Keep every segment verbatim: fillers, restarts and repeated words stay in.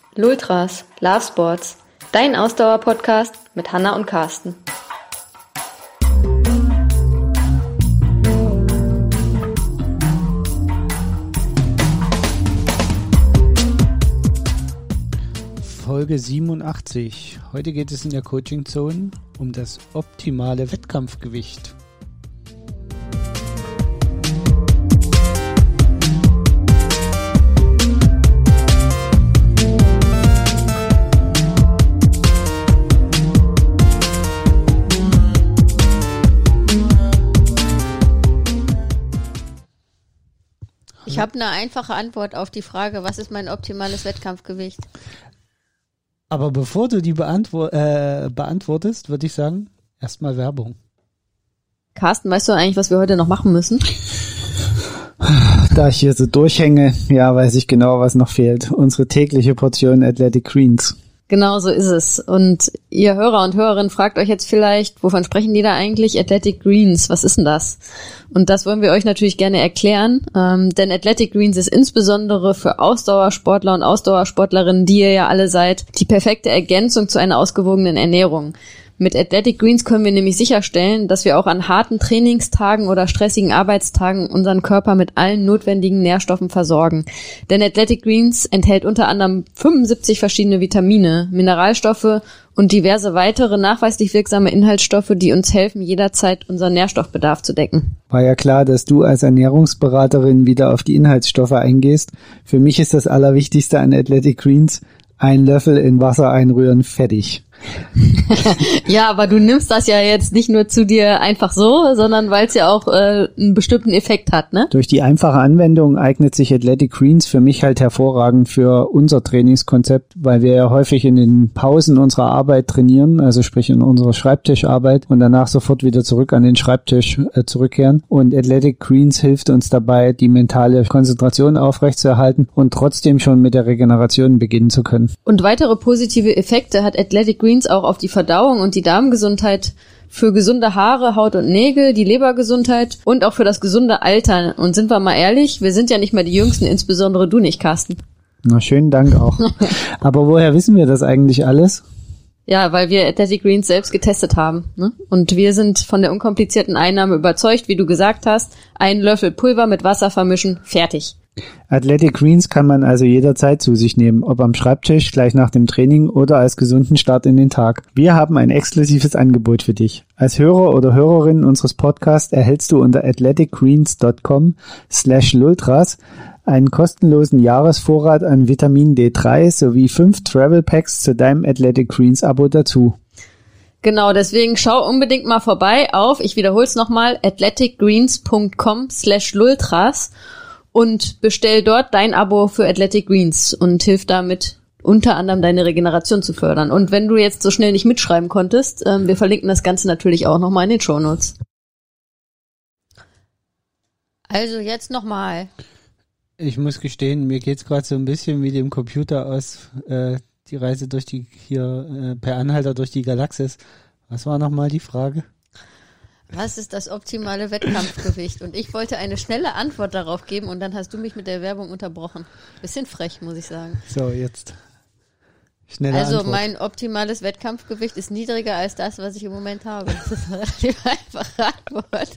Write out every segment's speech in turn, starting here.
Lultras, Love Sports, dein Ausdauer-Podcast mit Hanna und Carsten. Folge siebenundachtzig. Heute geht es in der Coaching Zone um das optimale Wettkampfgewicht. Ich habe eine einfache Antwort auf die Frage, was ist mein optimales Wettkampfgewicht? Aber bevor du die beantwo- äh, beantwortest, würde ich sagen, erstmal Werbung. Carsten, weißt du eigentlich, was wir heute noch machen müssen? Da ich hier so durchhänge, ja, weiß ich genau, was noch fehlt. Unsere tägliche Portion Athletic Greens. Genau so ist es. Und ihr Hörer und Hörerinnen fragt euch jetzt vielleicht, wovon sprechen die da eigentlich? Athletic Greens, was ist denn das? Und das wollen wir euch natürlich gerne erklären, ähm, denn Athletic Greens ist insbesondere für Ausdauersportler und Ausdauersportlerinnen, die ihr ja alle seid, die perfekte Ergänzung zu einer ausgewogenen Ernährung. Mit Athletic Greens können wir nämlich sicherstellen, dass wir auch an harten Trainingstagen oder stressigen Arbeitstagen unseren Körper mit allen notwendigen Nährstoffen versorgen. Denn Athletic Greens enthält unter anderem fünfundsiebzig verschiedene Vitamine, Mineralstoffe und diverse weitere nachweislich wirksame Inhaltsstoffe, die uns helfen, jederzeit unseren Nährstoffbedarf zu decken. War ja klar, dass du als Ernährungsberaterin wieder auf die Inhaltsstoffe eingehst. Für mich ist das Allerwichtigste an Athletic Greens: ein Löffel in Wasser einrühren, fertig. Ja, aber du nimmst das ja jetzt nicht nur zu dir einfach so, sondern weil es ja auch äh, einen bestimmten Effekt hat, ne? Durch die einfache Anwendung eignet sich Athletic Greens für mich halt hervorragend für unser Trainingskonzept, weil wir ja häufig in den Pausen unserer Arbeit trainieren, also sprich in unserer Schreibtischarbeit, und danach sofort wieder zurück an den Schreibtisch äh, zurückkehren. Und Athletic Greens hilft uns dabei, die mentale Konzentration aufrechtzuerhalten und trotzdem schon mit der Regeneration beginnen zu können. Und weitere positive Effekte hat Athletic Greens auch auf die Verdauung und die Darmgesundheit, für gesunde Haare, Haut und Nägel, die Lebergesundheit und auch für das gesunde Altern. Und sind wir mal ehrlich, wir sind ja nicht mehr die Jüngsten, insbesondere du nicht, Carsten. Na, schönen Dank auch. Aber woher wissen wir das eigentlich alles? Ja, weil wir Athletic Greens selbst getestet haben, ne? Und wir sind von der unkomplizierten Einnahme überzeugt, wie du gesagt hast. Einen Löffel Pulver mit Wasser vermischen, fertig. Athletic Greens kann man also jederzeit zu sich nehmen, ob am Schreibtisch, gleich nach dem Training oder als gesunden Start in den Tag. Wir haben ein exklusives Angebot für dich. Als Hörer oder Hörerin unseres Podcasts erhältst du unter athleticgreens.com slash lultras einen kostenlosen Jahresvorrat an Vitamin D drei sowie fünf Travel Packs zu deinem Athletic Greens Abo dazu. Genau, deswegen schau unbedingt mal vorbei auf, ich wiederhole es nochmal, athleticgreens.com slash lultras und bestell dort dein Abo für Athletic Greens und hilf damit unter anderem deine Regeneration zu fördern. Und wenn du jetzt so schnell nicht mitschreiben konntest, ähm, wir verlinken das Ganze natürlich auch nochmal in den Shownotes. Also jetzt nochmal. Ich muss gestehen, mir geht's gerade so ein bisschen wie dem Computer aus äh, die Reise durch die hier äh, per Anhalter durch die Galaxis. Was war nochmal die Frage? Was ist das optimale Wettkampfgewicht? Und ich wollte eine schnelle Antwort darauf geben und dann hast du mich mit der Werbung unterbrochen. Bisschen frech, muss ich sagen. So, jetzt schnelle Also Antwort. mein optimales Wettkampfgewicht ist niedriger als das, was ich im Moment habe. Das ist eine relativ einfache Antwort.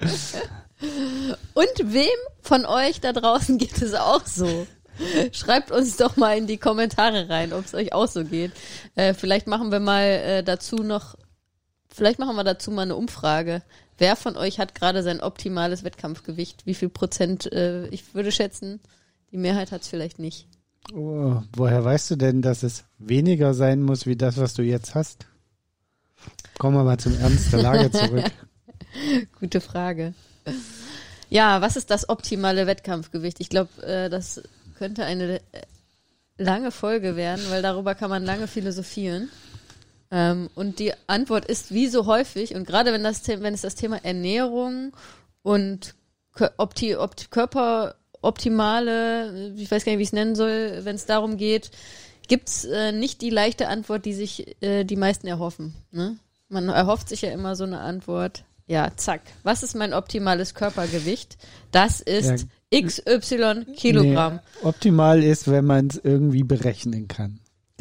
Und wem von euch da draußen geht es auch so? Schreibt uns doch mal in die Kommentare rein, ob es euch auch so geht. Äh, vielleicht machen wir mal äh, dazu noch Vielleicht machen wir dazu mal eine Umfrage. Wer von euch hat gerade sein optimales Wettkampfgewicht? Wie viel Prozent? Äh, ich würde schätzen, die Mehrheit hat es vielleicht nicht. Oh, woher weißt du denn, dass es weniger sein muss, wie das, was du jetzt hast? Kommen wir mal zum Ernst der Lage zurück. Gute Frage. Ja, was ist das optimale Wettkampfgewicht? Ich glaube, äh, das könnte eine lange Folge werden, weil darüber kann man lange philosophieren. Ähm, und die Antwort ist wie so häufig, und gerade wenn das wenn es das Thema Ernährung und Opti, Opt, Körperoptimale, ich weiß gar nicht, wie ich es nennen soll, wenn es darum geht, gibt's äh, nicht die leichte Antwort, die sich äh, die meisten erhoffen. Ne? Man erhofft sich ja immer so eine Antwort. Ja, zack. Was ist mein optimales Körpergewicht? Das ist ja. X Y Kilogramm. Nee, optimal ist, wenn man es irgendwie berechnen kann.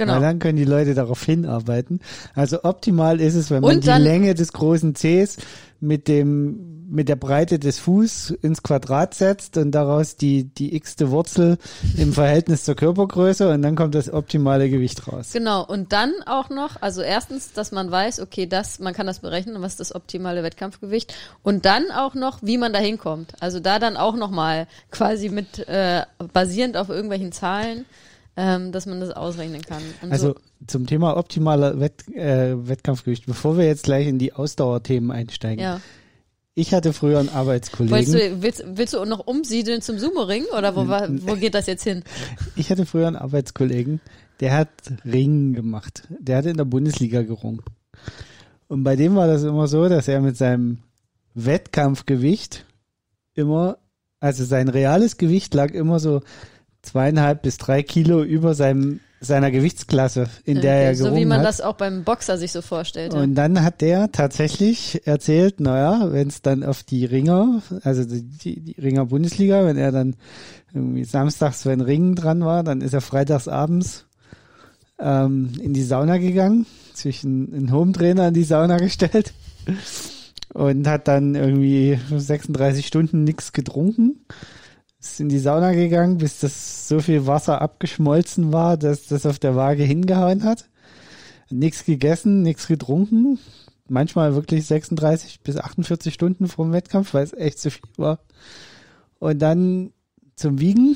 Genau. Weil dann können die Leute darauf hinarbeiten. Also optimal ist es, wenn man Und die dann- Länge des großen Zehs mit dem mit der Breite des Fuß ins Quadrat setzt und daraus die die x-te Wurzel im Verhältnis zur Körpergröße und dann kommt das optimale Gewicht raus. Genau, und dann auch noch, also erstens, dass man weiß, okay, das, man kann das berechnen, was ist das optimale Wettkampfgewicht und dann auch noch, wie man da hinkommt. Also da dann auch nochmal quasi mit, äh, basierend auf irgendwelchen Zahlen, ähm, dass man das ausrechnen kann. Und Also so. zum Thema optimaler Wett, äh, Wettkampfgewicht, bevor wir jetzt gleich in die Ausdauerthemen einsteigen. Ja. Ich hatte früher einen Arbeitskollegen. Wolltest du, willst, willst du noch umsiedeln zum Sumo-Ring oder wo, war, wo geht das jetzt hin? Ich hatte früher einen Arbeitskollegen, der hat Ringen gemacht. Der hat in der Bundesliga gerungen. Und bei dem war das immer so, dass er mit seinem Wettkampfgewicht immer, also sein reales Gewicht lag immer so zweieinhalb bis drei Kilo über seinem seiner Gewichtsklasse, in der er So gerungen wie man hat. das auch beim Boxer sich so vorstellt. Ja. Und dann hat der tatsächlich erzählt, naja, wenn es dann auf die Ringer, also die, die, die Ringer Bundesliga, wenn er dann irgendwie samstags, wenn Ringen dran war, dann ist er freitags abends ähm, in die Sauna gegangen, sich einen, einen Home-Trainer in die Sauna gestellt und hat dann irgendwie sechsunddreißig Stunden nichts getrunken. Ist in die Sauna gegangen, bis das so viel Wasser abgeschmolzen war, dass das auf der Waage hingehauen hat. Nichts gegessen, nichts getrunken. Manchmal wirklich sechsunddreißig bis achtundvierzig Stunden vorm Wettkampf, weil es echt zu viel war. Und dann zum Wiegen.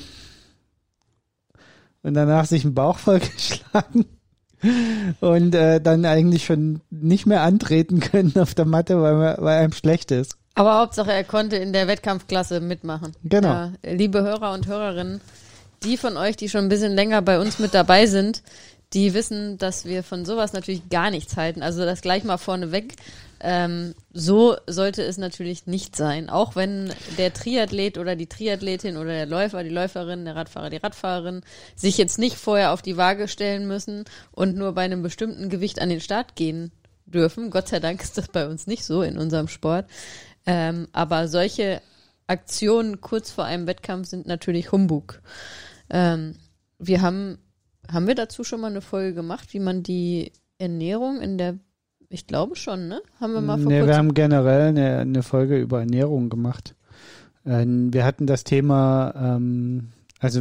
Und danach sich einen Bauch vollgeschlagen. Und äh, dann eigentlich schon nicht mehr antreten können auf der Matte, weil, man, weil einem schlecht ist. Aber Hauptsache, er konnte in der Wettkampfklasse mitmachen. Genau. Ja, liebe Hörer und Hörerinnen, die von euch, die schon ein bisschen länger bei uns mit dabei sind, die wissen, dass wir von sowas natürlich gar nichts halten. Also das gleich mal vorneweg. Ähm, so sollte es natürlich nicht sein. Auch wenn der Triathlet oder die Triathletin oder der Läufer, die Läuferin, der Radfahrer, die Radfahrerin sich jetzt nicht vorher auf die Waage stellen müssen und nur bei einem bestimmten Gewicht an den Start gehen dürfen. Gott sei Dank ist das bei uns nicht so in unserem Sport. Ähm, aber solche Aktionen kurz vor einem Wettkampf sind natürlich Humbug. Ähm, wir haben, haben wir dazu schon mal eine Folge gemacht, wie man die Ernährung in der, ich glaube schon, ne? Haben wir mal vor Nee, kurzem. wir haben generell eine, eine Folge über Ernährung gemacht. Ähm, wir hatten das Thema, ähm, also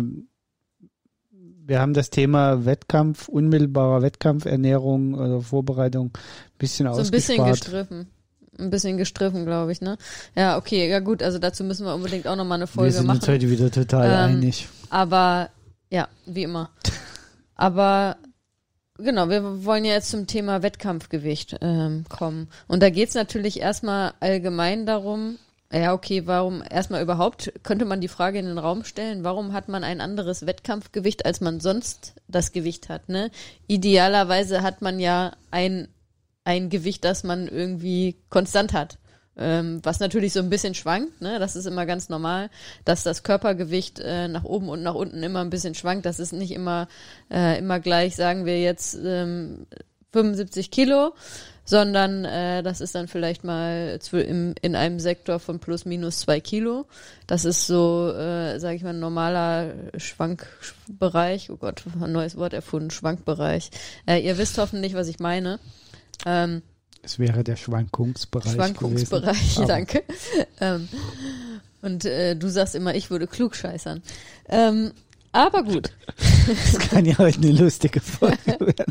wir haben das Thema Wettkampf, unmittelbarer Wettkampfernährung oder Vorbereitung ein bisschen so ein ausgespart. bisschen gestriffen. Ein bisschen gestriffen, glaube ich, ne? Ja, okay, ja gut, also dazu müssen wir unbedingt auch nochmal eine Folge wir sind machen. uns heute wieder total Ähm, einig. Aber, ja, wie immer. Aber, genau, wir wollen ja jetzt zum Thema Wettkampfgewicht ähm, kommen. Und da geht's natürlich erstmal allgemein darum, ja, okay, warum erstmal überhaupt, könnte man die Frage in den Raum stellen, warum hat man ein anderes Wettkampfgewicht, als man sonst das Gewicht hat, ne? Idealerweise hat man ja ein, ein Gewicht, das man irgendwie konstant hat. Ähm, was natürlich so ein bisschen schwankt, ne? Das ist immer ganz normal, dass das Körpergewicht äh, nach oben und nach unten immer ein bisschen schwankt. Das ist nicht immer äh, immer gleich, sagen wir jetzt ähm, fünfundsiebzig Kilo, sondern äh, das ist dann vielleicht mal zw- im, in einem Sektor von plus minus zwei Kilo. Das ist so, äh, sage ich mal, ein normaler Schwankbereich. Oh Gott, ein neues Wort erfunden, Schwankbereich. Äh, ihr wisst hoffentlich, was ich meine. Ähm, Es wäre der Schwankungsbereich Schwankungsbereich, gewesen. Aber danke. Ähm, und äh, du sagst immer, ich würde klugscheißern. Ähm, aber gut. Das kann ja heute eine lustige Folge werden.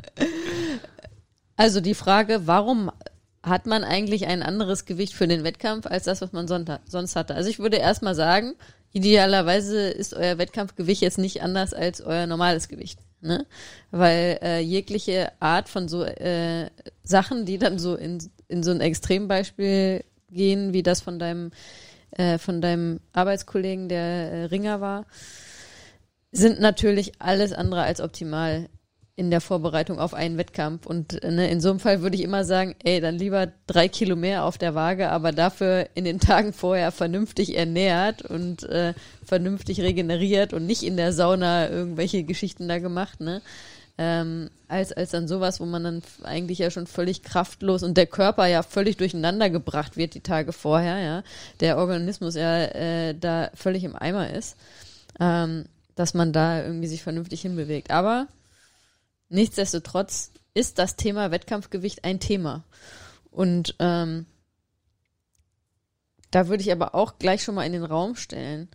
Also die Frage, warum hat man eigentlich ein anderes Gewicht für den Wettkampf als das, was man sonst hatte? Also ich würde erstmal sagen, idealerweise ist euer Wettkampfgewicht jetzt nicht anders als euer normales Gewicht, ne? Weil äh, jegliche Art von so äh, Sachen, die dann so in, in so ein Extrembeispiel gehen, wie das von deinem äh, von deinem Arbeitskollegen, der äh, Ringer war, sind natürlich alles andere als optimal in der Vorbereitung auf einen Wettkampf. Und ne, in so einem Fall würde ich immer sagen, ey, dann lieber drei Kilo mehr auf der Waage, aber dafür in den Tagen vorher vernünftig ernährt und äh, vernünftig regeneriert und nicht in der Sauna irgendwelche Geschichten da gemacht, ne? Ähm, als als dann sowas, wo man dann eigentlich ja schon völlig kraftlos und der Körper ja völlig durcheinander gebracht wird die Tage vorher, ja, der Organismus ja äh, da völlig im Eimer ist, ähm, dass man da irgendwie sich vernünftig hinbewegt. Aber nichtsdestotrotz ist das Thema Wettkampfgewicht ein Thema. Und ähm, da würde ich aber auch gleich schon mal in den Raum stellen,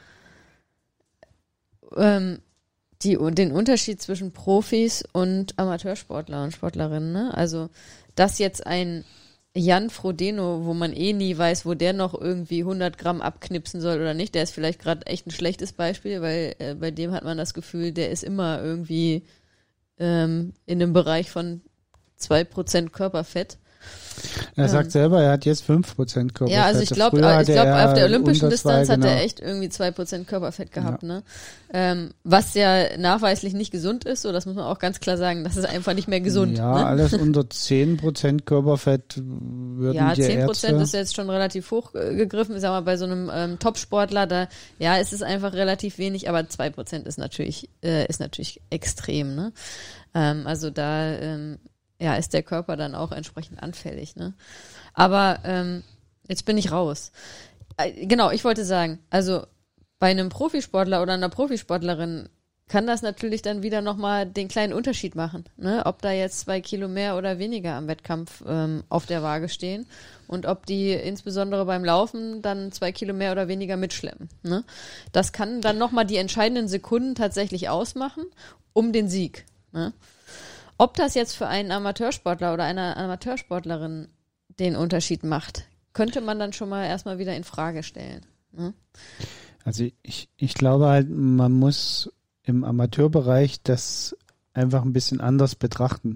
ähm, die, den Unterschied zwischen Profis und Amateursportler und Sportlerinnen. Ne? Also, dass jetzt ein Jan Frodeno, wo man eh nie weiß, wo der noch irgendwie hundert Gramm abknipsen soll oder nicht, der ist vielleicht gerade echt ein schlechtes Beispiel, weil äh, bei dem hat man das Gefühl, der ist immer irgendwie ähm, in einem Bereich von zwei Prozent Körperfett. Er sagt ähm, selber, er hat jetzt fünf Prozent Körperfett. Ja, also ich glaube, ich glaube, auf der olympischen Distanz hat er echt irgendwie zwei Prozent Körperfett gehabt, ja. ne? Ähm, was ja nachweislich nicht gesund ist, so das muss man auch ganz klar sagen, das ist einfach nicht mehr gesund. Ja, ne? alles unter zehn Prozent Körperfett würden ja, die Ärzte... Ja, zehn Prozent ist jetzt schon relativ hoch äh, gegriffen, ich sag mal, bei so einem ähm, Top-Sportler, da, ja, ist es einfach relativ wenig, aber zwei Prozent ist natürlich, äh, ist natürlich extrem, ne? Ähm, also da, ähm, ja, ist der Körper dann auch entsprechend anfällig, ne? Aber ähm, jetzt bin ich raus. Äh, genau, ich wollte sagen, also bei einem Profisportler oder einer Profisportlerin kann das natürlich dann wieder nochmal den kleinen Unterschied machen, ne? Ob da jetzt zwei Kilo mehr oder weniger am Wettkampf ähm, auf der Waage stehen und ob die insbesondere beim Laufen dann zwei Kilo mehr oder weniger mitschleppen, ne? Das kann dann nochmal die entscheidenden Sekunden tatsächlich ausmachen, um den Sieg, ne? Ob das jetzt für einen Amateursportler oder eine Amateursportlerin den Unterschied macht, könnte man dann schon mal erstmal wieder in Frage stellen. Ne? Also ich, ich glaube halt, man muss im Amateurbereich das einfach ein bisschen anders betrachten.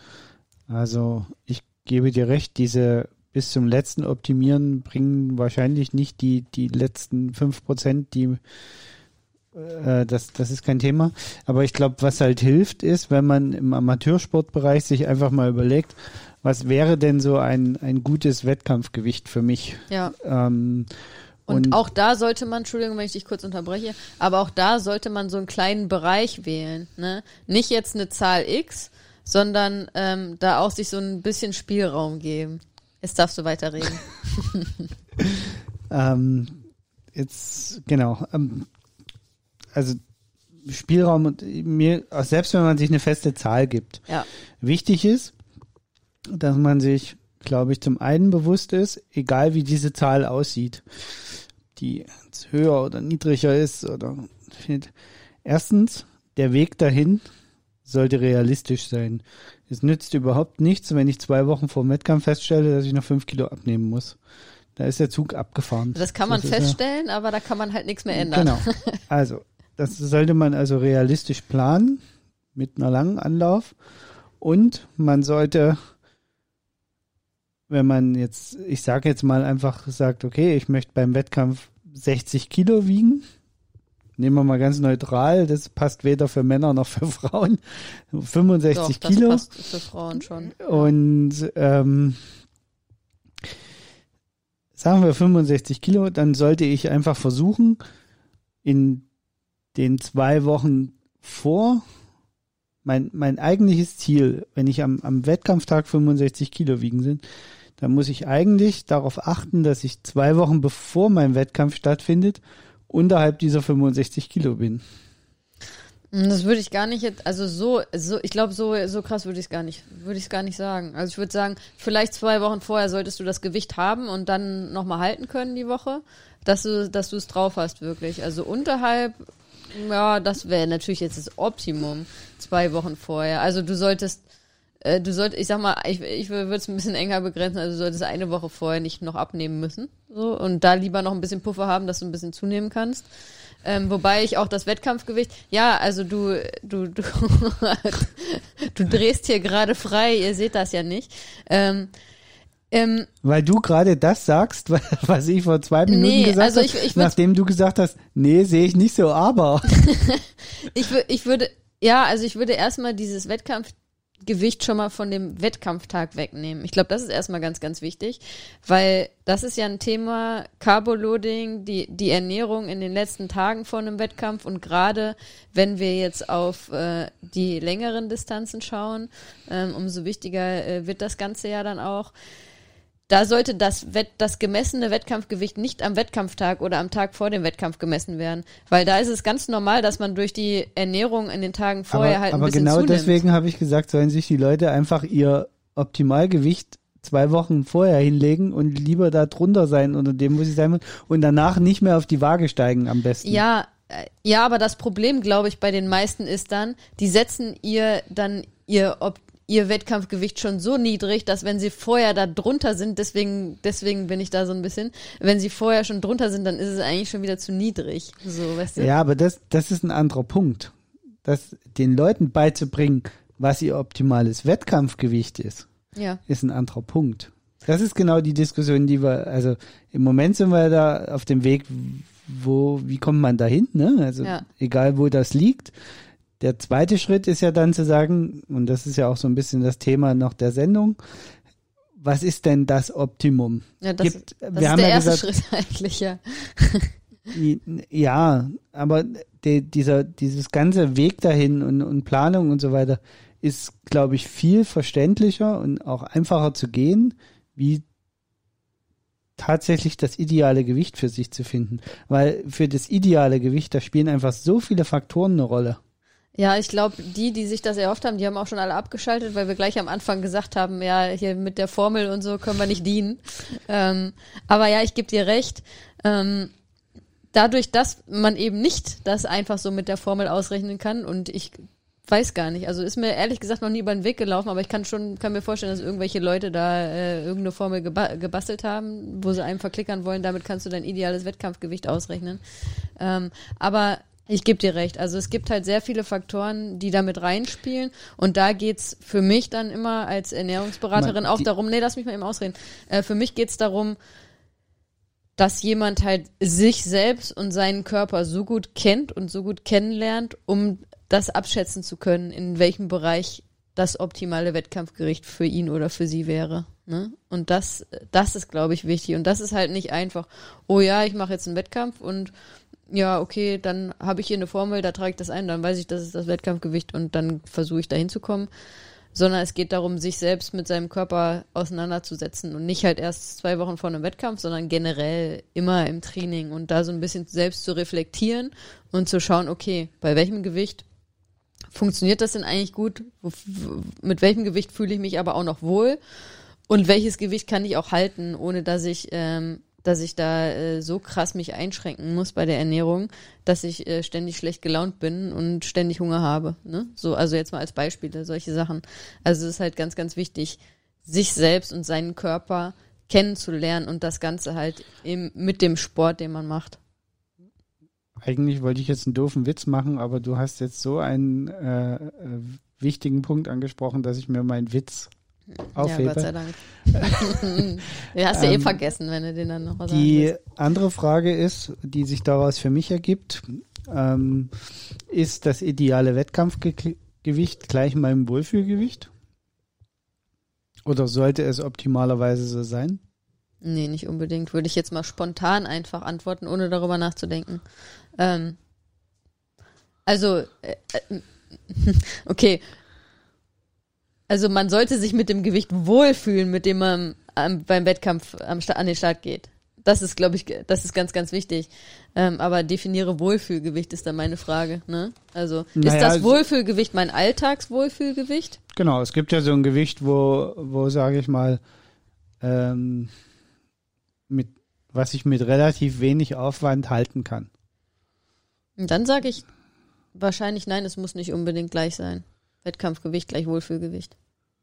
Also ich gebe dir recht, diese bis zum letzten Optimieren bringen wahrscheinlich nicht die, die letzten fünf Prozent, die Das, das ist kein Thema. Aber ich glaube, was halt hilft, ist, wenn man im Amateursportbereich sich einfach mal überlegt, was wäre denn so ein, ein gutes Wettkampfgewicht für mich? Ja. Ähm, und, und auch da sollte man, Entschuldigung, wenn ich dich kurz unterbreche, aber auch da sollte man so einen kleinen Bereich wählen. Ne? Nicht jetzt eine Zahl X, sondern ähm, da auch sich so ein bisschen Spielraum geben. Jetzt darfst du weiterreden. ähm, jetzt, genau. Ähm, also Spielraum und mir, selbst wenn man sich eine feste Zahl gibt. Ja. Wichtig ist, dass man sich, glaube ich, zum einen bewusst ist, egal wie diese Zahl aussieht, die jetzt höher oder niedriger ist oder erstens, der Weg dahin sollte realistisch sein. Es nützt überhaupt nichts, wenn ich zwei Wochen vor dem Wettkampf feststelle, dass ich noch fünf Kilo abnehmen muss. Da ist der Zug abgefahren. Das kann man das feststellen, ja, aber da kann man halt nichts mehr ändern. Genau. Also, das sollte man also realistisch planen, mit einer langen Anlauf. Und man sollte, wenn man jetzt, ich sage jetzt mal einfach, sagt, okay, ich möchte beim Wettkampf sechzig Kilo wiegen. Nehmen wir mal ganz neutral, das passt weder für Männer noch für Frauen. fünfundsechzig Doch, das Kilo. passt für Frauen schon. Und ähm, sagen wir fünfundsechzig Kilo, dann sollte ich einfach versuchen, in den zwei Wochen vor, mein, mein eigentliches Ziel, wenn ich am, am Wettkampftag fünfundsechzig Kilo wiegen sind, dann muss ich eigentlich darauf achten, dass ich zwei Wochen bevor mein Wettkampf stattfindet, unterhalb dieser fünfundsechzig Kilo bin. Das würde ich gar nicht jetzt, also so, so ich glaube, so, so krass würde ich es gar nicht, würde ich es gar nicht sagen. Also ich würde sagen, vielleicht zwei Wochen vorher solltest du das Gewicht haben und dann nochmal halten können die Woche, dass du, dass du es drauf hast, wirklich. Also unterhalb, ja, das wäre natürlich jetzt das Optimum, zwei Wochen vorher. Also du solltest, äh, du solltest, ich sag mal, ich, ich würde es ein bisschen enger begrenzen, also du solltest eine Woche vorher nicht noch abnehmen müssen, so, und da lieber noch ein bisschen Puffer haben, dass du ein bisschen zunehmen kannst. Ähm, wobei ich auch das Wettkampfgewicht, ja, also du, du, du, du drehst hier gerade frei, ihr seht das ja nicht. Ähm, ähm, Weil du gerade das sagst, was ich vor zwei Minuten nee, gesagt also habe, ich, ich nachdem du gesagt hast, nee, sehe ich nicht so, aber. ich, ich würde, ja, also ich würde erstmal dieses Wettkampfgewicht schon mal von dem Wettkampftag wegnehmen. Ich glaube, das ist erstmal ganz, ganz wichtig, weil das ist ja ein Thema Carboloading, die, die Ernährung in den letzten Tagen vor einem Wettkampf, und gerade wenn wir jetzt auf äh, die längeren Distanzen schauen, ähm, umso wichtiger äh, wird das Ganze ja dann auch. da sollte das Wett, das gemessene Wettkampfgewicht nicht am Wettkampftag oder am Tag vor dem Wettkampf gemessen werden. Weil da ist es ganz normal, dass man durch die Ernährung in den Tagen vorher aber, halt ein aber bisschen genau zunimmt. Deswegen habe ich gesagt, sollen sich die Leute einfach ihr Optimalgewicht zwei Wochen vorher hinlegen und lieber da drunter sein unter dem, wo sie sein wollen und danach nicht mehr auf die Waage steigen am besten. Ja, äh, ja, aber das Problem, glaube ich, bei den meisten ist dann, die setzen ihr dann ihr Op- ihr Wettkampfgewicht schon so niedrig, dass wenn sie vorher da drunter sind, deswegen deswegen bin ich da so ein bisschen, wenn sie vorher schon drunter sind, dann ist es eigentlich schon wieder zu niedrig. So, weißt du? Ja, aber das das ist ein anderer Punkt. Das den Leuten beizubringen, was ihr optimales Wettkampfgewicht ist, Ja. ist ein anderer Punkt. Das ist genau die Diskussion, die wir, also im Moment sind wir da auf dem Weg, wo, wie kommt man dahin, ne? Also Ja. egal wo das liegt. Der zweite Schritt ist ja dann zu sagen, und das ist ja auch so ein bisschen das Thema noch der Sendung, was ist denn das Optimum? Ja, das, Gibt, das wir ist haben der ja erste gesagt, Schritt eigentlich, ja. ja, aber de, dieser, dieses ganze Weg dahin und, und Planung und so weiter ist, glaube ich, viel verständlicher und auch einfacher zu gehen, wie tatsächlich das ideale Gewicht für sich zu finden. Weil für das ideale Gewicht, da spielen einfach so viele Faktoren eine Rolle. Ja, ich glaube, die, die sich das erhofft haben, die haben auch schon alle abgeschaltet, weil wir gleich am Anfang gesagt haben, ja, hier mit der Formel und so können wir nicht dienen. Ähm, aber ja, ich gebe dir recht. Ähm, dadurch, dass man eben nicht das einfach so mit der Formel ausrechnen kann und ich weiß gar nicht, also ist mir ehrlich gesagt noch nie über den Weg gelaufen, aber ich kann schon, kann mir vorstellen, dass irgendwelche Leute da äh, irgendeine Formel geba- gebastelt haben, wo sie einem verklickern wollen, damit kannst du dein ideales Wettkampfgewicht ausrechnen. Ähm, aber ich gebe dir recht, also es gibt halt sehr viele Faktoren, die da mit reinspielen und da geht's für mich dann immer als Ernährungsberaterin Man, auch darum, nee, lass mich mal eben ausreden, äh, für mich geht's darum, dass jemand halt sich selbst und seinen Körper so gut kennt und so gut kennenlernt, um das abschätzen zu können, in welchem Bereich das optimale Wettkampfgericht für ihn oder für sie wäre. Ne? Und das, das ist, glaube ich, wichtig. Und das ist halt nicht einfach, oh ja, ich mache jetzt einen Wettkampf und ja, okay, dann habe ich hier eine Formel, da trage ich das ein, dann weiß ich, das ist das Wettkampfgewicht und dann versuche ich da hinzukommen. Sondern es geht darum, sich selbst mit seinem Körper auseinanderzusetzen und nicht halt erst zwei Wochen vor einem Wettkampf, sondern generell immer im Training und da so ein bisschen selbst zu reflektieren und zu schauen, okay, bei welchem Gewicht funktioniert das denn eigentlich gut? Mit welchem Gewicht fühle ich mich aber auch noch wohl? Und welches Gewicht kann ich auch halten, ohne dass ich ähm, dass ich da äh, so krass mich einschränken muss bei der Ernährung, dass ich äh, ständig schlecht gelaunt bin und ständig Hunger habe. Ne? So, also jetzt mal als Beispiele, solche Sachen. Also es ist halt ganz, ganz wichtig, sich selbst und seinen Körper kennenzulernen und das Ganze halt eben mit dem Sport, den man macht. Eigentlich wollte ich jetzt einen doofen Witz machen, aber du hast jetzt so einen äh, äh, wichtigen Punkt angesprochen, dass ich mir meinen Witz aufhebe. Ja, Gott sei Dank. Den hast du ähm, eh vergessen, wenn du den dann noch was sagen Die willst. andere Frage ist, die sich daraus für mich ergibt, ähm, ist das ideale Wettkampfgewicht gleich meinem Wohlfühlgewicht? Oder sollte es optimalerweise so sein? Nee, nicht unbedingt. Würde ich jetzt mal spontan einfach antworten, ohne darüber nachzudenken. Ähm, also, äh, äh, okay. Also man sollte sich mit dem Gewicht wohlfühlen, mit dem man ähm, beim Wettkampf am Sta- an den Start geht. Das ist, glaube ich, das ist ganz, ganz wichtig. Ähm, aber definiere Wohlfühlgewicht ist dann meine Frage. Ne? Also naja, ist das Wohlfühlgewicht mein Alltagswohlfühlgewicht? Genau, es gibt ja so ein Gewicht, wo, wo sage ich mal, ähm, mit was ich mit relativ wenig Aufwand halten kann. Und dann sage ich wahrscheinlich nein, es muss nicht unbedingt gleich sein. Wettkampfgewicht gleich Wohlfühlgewicht.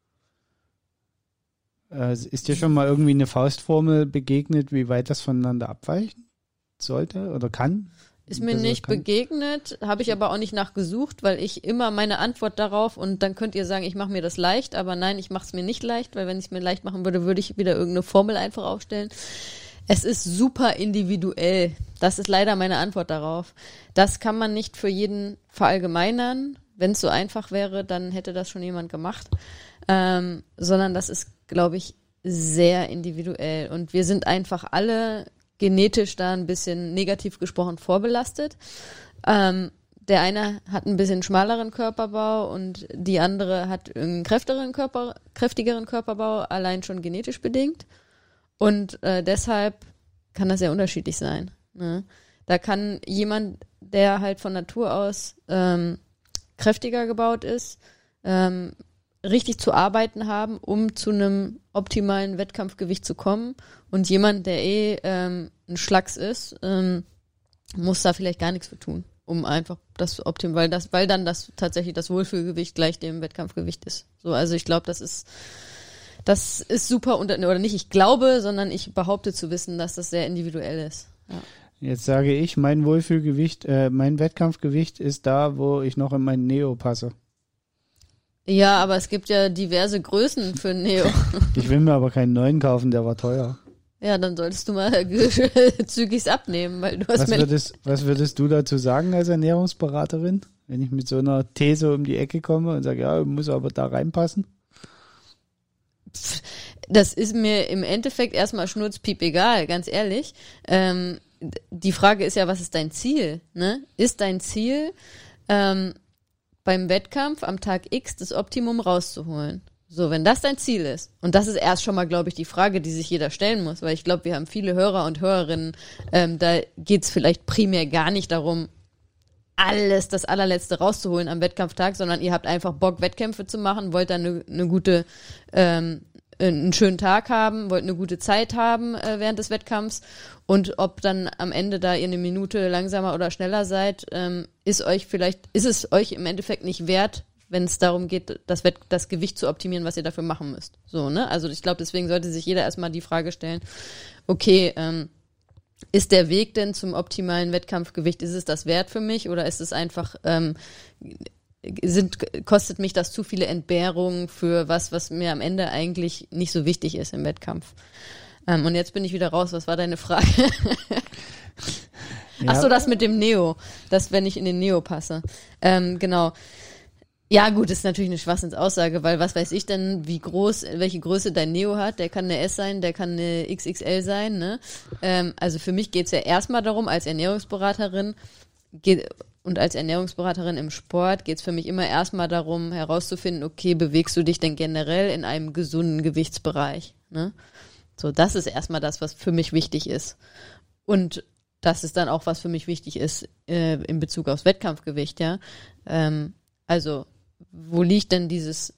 Äh, ist dir schon mal irgendwie eine Faustformel begegnet, wie weit das voneinander abweichen sollte oder kann? Ist mir nicht kann? begegnet, habe ich aber auch nicht nachgesucht, weil ich immer meine Antwort darauf und dann könnt ihr sagen, ich mache mir das leicht, aber nein, ich mache es mir nicht leicht, weil wenn ich es mir leicht machen würde, würde ich wieder irgendeine Formel einfach aufstellen. Es ist super individuell. Das ist leider meine Antwort darauf. Das kann man nicht für jeden verallgemeinern. Wenn es so einfach wäre, dann hätte das schon jemand gemacht. Ähm, sondern das ist, glaube ich, sehr individuell. Und wir sind einfach alle genetisch da ein bisschen negativ gesprochen vorbelastet. Ähm, der eine hat ein bisschen schmaleren Körperbau und die andere hat einen kräftigeren, Körper, kräftigeren Körperbau, allein schon genetisch bedingt. Und äh, deshalb kann das sehr unterschiedlich sein. Ne? Da kann jemand, der halt von Natur aus ähm, kräftiger gebaut ist, ähm, richtig zu arbeiten haben, um zu einem optimalen Wettkampfgewicht zu kommen. Und jemand, der eh ähm, ein Schlacks ist, ähm, muss da vielleicht gar nichts für tun, um einfach das optimal, weil das, weil dann das tatsächlich das Wohlfühlgewicht gleich dem Wettkampfgewicht ist. So, also ich glaube, das ist das ist super unter, oder nicht ich glaube, sondern ich behaupte zu wissen, dass das sehr individuell ist. Ja. Jetzt sage ich, mein Wohlfühlgewicht, äh, mein Wettkampfgewicht ist da, wo ich noch in mein Neo passe. Ja, aber es gibt ja diverse Größen für Neo. Ich will mir aber keinen neuen kaufen, der war teuer. Ja, dann solltest du mal zügigst abnehmen, weil du hast was würdest, was würdest du dazu sagen als Ernährungsberaterin, wenn ich mit so einer These um die Ecke komme und sage, ja, muss aber da reinpassen? Das ist mir im Endeffekt erstmal schnurzpiep egal, ganz ehrlich. Ähm, die Frage ist ja, was ist dein Ziel? Ne? Ist dein Ziel, ähm, beim Wettkampf am Tag X das Optimum rauszuholen? So, wenn das dein Ziel ist, und das ist erst schon mal, glaube ich, die Frage, die sich jeder stellen muss, weil ich glaube, wir haben viele Hörer und Hörerinnen, ähm, da geht's vielleicht primär gar nicht darum, alles, das allerletzte rauszuholen am Wettkampftag, sondern ihr habt einfach Bock, Wettkämpfe zu machen, wollt dann eine ne gute, ähm, einen schönen Tag haben, wollt eine gute Zeit haben äh, während des Wettkampfs, und ob dann am Ende da ihr eine Minute langsamer oder schneller seid, ähm, ist euch vielleicht, ist es euch im Endeffekt nicht wert, wenn es darum geht, das, Wett- das Gewicht zu optimieren, was ihr dafür machen müsst. So, ne? Also ich glaube, deswegen sollte sich jeder erstmal die Frage stellen, okay, ähm, ist der Weg denn zum optimalen Wettkampfgewicht, ist es das wert für mich, oder ist es einfach, ähm, sind, kostet mich das zu viele Entbehrungen für was, was mir am Ende eigentlich nicht so wichtig ist im Wettkampf? Ähm, und jetzt bin ich wieder raus. Was war deine Frage? Ja. Ach so, das mit dem Neo, das, wenn ich in den Neo passe. Ähm, genau. Ja gut, ist natürlich eine Schwachsinnsaussage, weil was weiß ich denn, wie groß, welche Größe dein Neo hat, der kann eine S sein, der kann eine X X L sein, ne? Ähm, also für mich geht's ja erstmal darum, als Ernährungsberaterin geht, und als Ernährungsberaterin im Sport geht's für mich immer erstmal darum, herauszufinden, okay, bewegst du dich denn generell in einem gesunden Gewichtsbereich, ne? So, das ist erstmal das, was für mich wichtig ist. Und das ist dann auch, was für mich wichtig ist äh, in Bezug aufs Wettkampfgewicht, ja. Ähm, also wo liegt denn dieses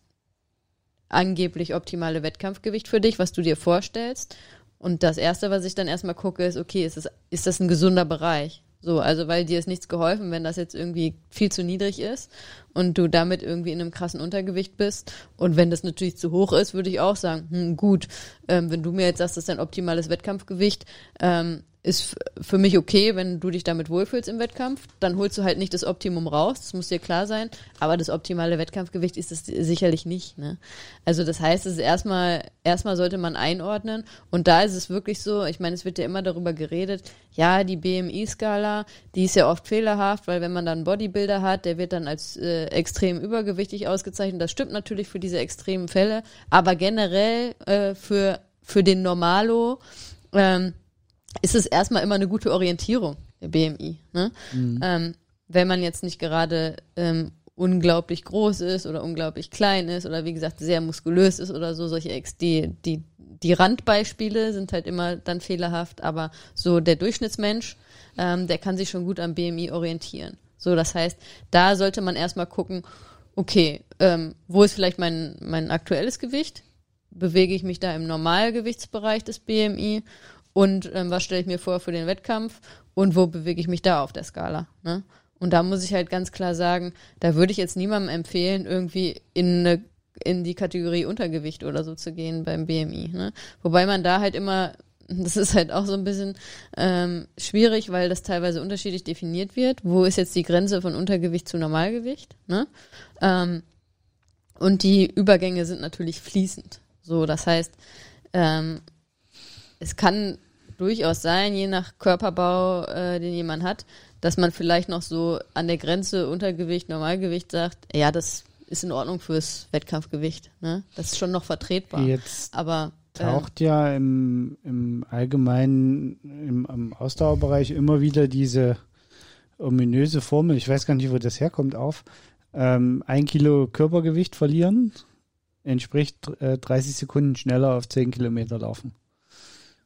angeblich optimale Wettkampfgewicht für dich, was du dir vorstellst? Und das Erste, was ich dann erstmal gucke, ist, okay, ist, es, ist das ein gesunder Bereich? So, also weil dir ist nichts geholfen, wenn das jetzt irgendwie viel zu niedrig ist und du damit irgendwie in einem krassen Untergewicht bist. Und wenn das natürlich zu hoch ist, würde ich auch sagen, hm, gut, ähm, wenn du mir jetzt sagst, das ist dein optimales Wettkampfgewicht, ähm, ist für mich okay, wenn du dich damit wohlfühlst im Wettkampf, dann holst du halt nicht das Optimum raus, das muss dir klar sein, aber das optimale Wettkampfgewicht ist es sicherlich nicht, ne? Also das heißt, es ist erstmal, erstmal sollte man einordnen, und da ist es wirklich so, ich meine, es wird ja immer darüber geredet, ja, die B M I-Skala, die ist ja oft fehlerhaft, weil wenn man dann einen Bodybuilder hat, der wird dann als äh, extrem übergewichtig ausgezeichnet, das stimmt natürlich für diese extremen Fälle, aber generell äh, für, für den Normalo, ähm, ist es erstmal immer eine gute Orientierung, der B M I. Ne? Mhm. Ähm, wenn man jetzt nicht gerade ähm, unglaublich groß ist oder unglaublich klein ist oder wie gesagt sehr muskulös ist oder so, solche Ex, die, die, die Randbeispiele sind halt immer dann fehlerhaft, aber so der Durchschnittsmensch, ähm, der kann sich schon gut am B M I orientieren. So, das heißt, da sollte man erstmal gucken, okay, ähm, wo ist vielleicht mein, mein aktuelles Gewicht? Bewege ich mich da im Normalgewichtsbereich des B M I? Und ähm, was stelle ich mir vor für den Wettkampf und wo bewege ich mich da auf der Skala, ne? Und da muss ich halt ganz klar sagen, da würde ich jetzt niemandem empfehlen, irgendwie in eine, in die Kategorie Untergewicht oder so zu gehen beim B M I, ne? Wobei man da halt immer, das ist halt auch so ein bisschen ähm, schwierig, weil das teilweise unterschiedlich definiert wird. Wo ist jetzt die Grenze von Untergewicht zu Normalgewicht, ne? Ähm, und die Übergänge sind natürlich fließend. So, das heißt, ähm, es kann durchaus sein, je nach Körperbau, äh, den jemand hat, dass man vielleicht noch so an der Grenze Untergewicht, Normalgewicht sagt, ja, das ist in Ordnung fürs Wettkampfgewicht, ne? Das ist schon noch vertretbar. Jetzt aber äh, taucht ja im, im Allgemeinen, im, im Ausdauerbereich immer wieder diese ominöse Formel, ich weiß gar nicht, wo das herkommt, auf, ähm, ein Kilo Körpergewicht verlieren entspricht äh, dreißig Sekunden schneller auf zehn Kilometer laufen.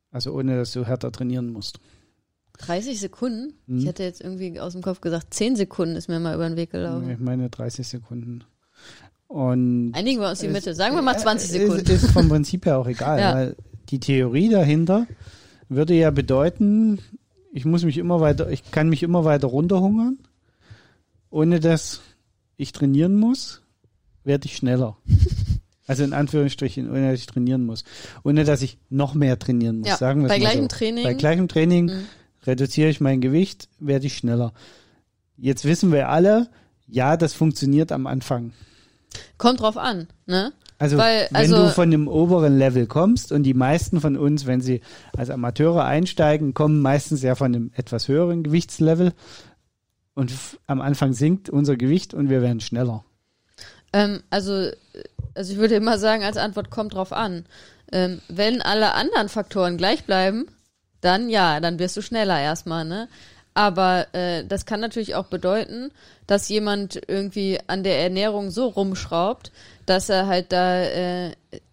Also ohne, dass du härter trainieren musst. dreißig Sekunden? Hm. Ich hätte jetzt irgendwie aus dem Kopf gesagt, zehn Sekunden ist mir mal über den Weg gelaufen. Ich meine dreißig Sekunden. Und Einigen wir uns die Mitte. Sagen wir mal zwanzig Sekunden. Ist, ist vom Prinzip her auch egal, Ja. weil die Theorie dahinter würde ja bedeuten, ich muss mich immer weiter, ich kann mich immer weiter runterhungern, ohne dass ich trainieren muss, werde ich schneller. Also in Anführungsstrichen, ohne dass ich trainieren muss. Ohne dass ich noch mehr trainieren muss, Ja, sagen wir es bei mal gleichem so. Training. Bei gleichem Training Mhm. reduziere ich mein Gewicht, werde ich schneller. Jetzt wissen wir alle, ja, das funktioniert am Anfang. Kommt drauf an, ne? Also, Weil, wenn also du von dem oberen Level kommst und die meisten von uns, wenn sie als Amateure einsteigen, kommen meistens ja von einem etwas höheren Gewichtslevel und f- am Anfang sinkt unser Gewicht und wir werden schneller. Ähm, also, also ich würde immer sagen, als Antwort kommt drauf an. Ähm, wenn alle anderen Faktoren gleich bleiben, dann ja, dann wirst du schneller erstmal, ne? Aber äh, das kann natürlich auch bedeuten, dass jemand irgendwie an der Ernährung so rumschraubt, dass er halt da, äh,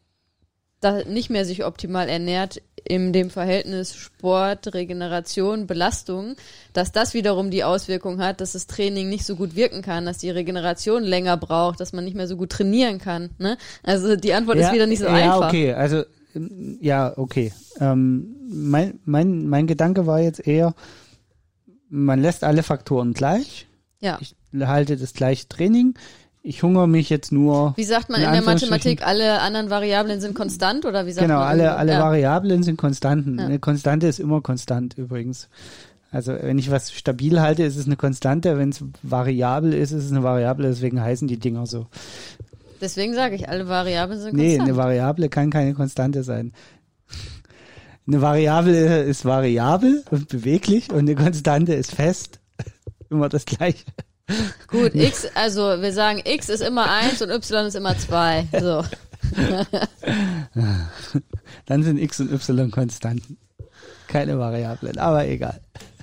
da nicht mehr sich optimal ernährt in dem Verhältnis Sport, Regeneration, Belastung, dass das wiederum die Auswirkung hat, dass das Training nicht so gut wirken kann, dass die Regeneration länger braucht, dass man nicht mehr so gut trainieren kann. Ne? Also die Antwort ist wieder nicht so ja, einfach. Ja, okay, also ähm, ja, okay. Ähm, mein, mein, mein Gedanke war jetzt eher, man lässt alle Faktoren gleich. Ja. Ich halte das gleiche Training. Ich hungere mich jetzt nur. Wie sagt man in, in der Anführungsstrichen- Mathematik, alle anderen Variablen sind konstant oder wie sagt Genau, man? alle, irgendwo? alle ja. Variablen sind Konstanten. Ja. Eine Konstante ist immer konstant übrigens. Also wenn ich was stabil halte, ist es eine Konstante. Wenn es variabel ist, ist es eine Variable. Deswegen heißen die Dinger so. Deswegen sage ich, alle Variablen sind Nee, konstant. eine Variable kann keine Konstante sein. Eine Variable ist variabel und beweglich und eine Konstante ist fest. Immer das Gleiche. Gut, x, also wir sagen, x ist immer eins und y ist immer zwei. So. Dann sind x und y Konstanten. Keine Variablen, aber egal.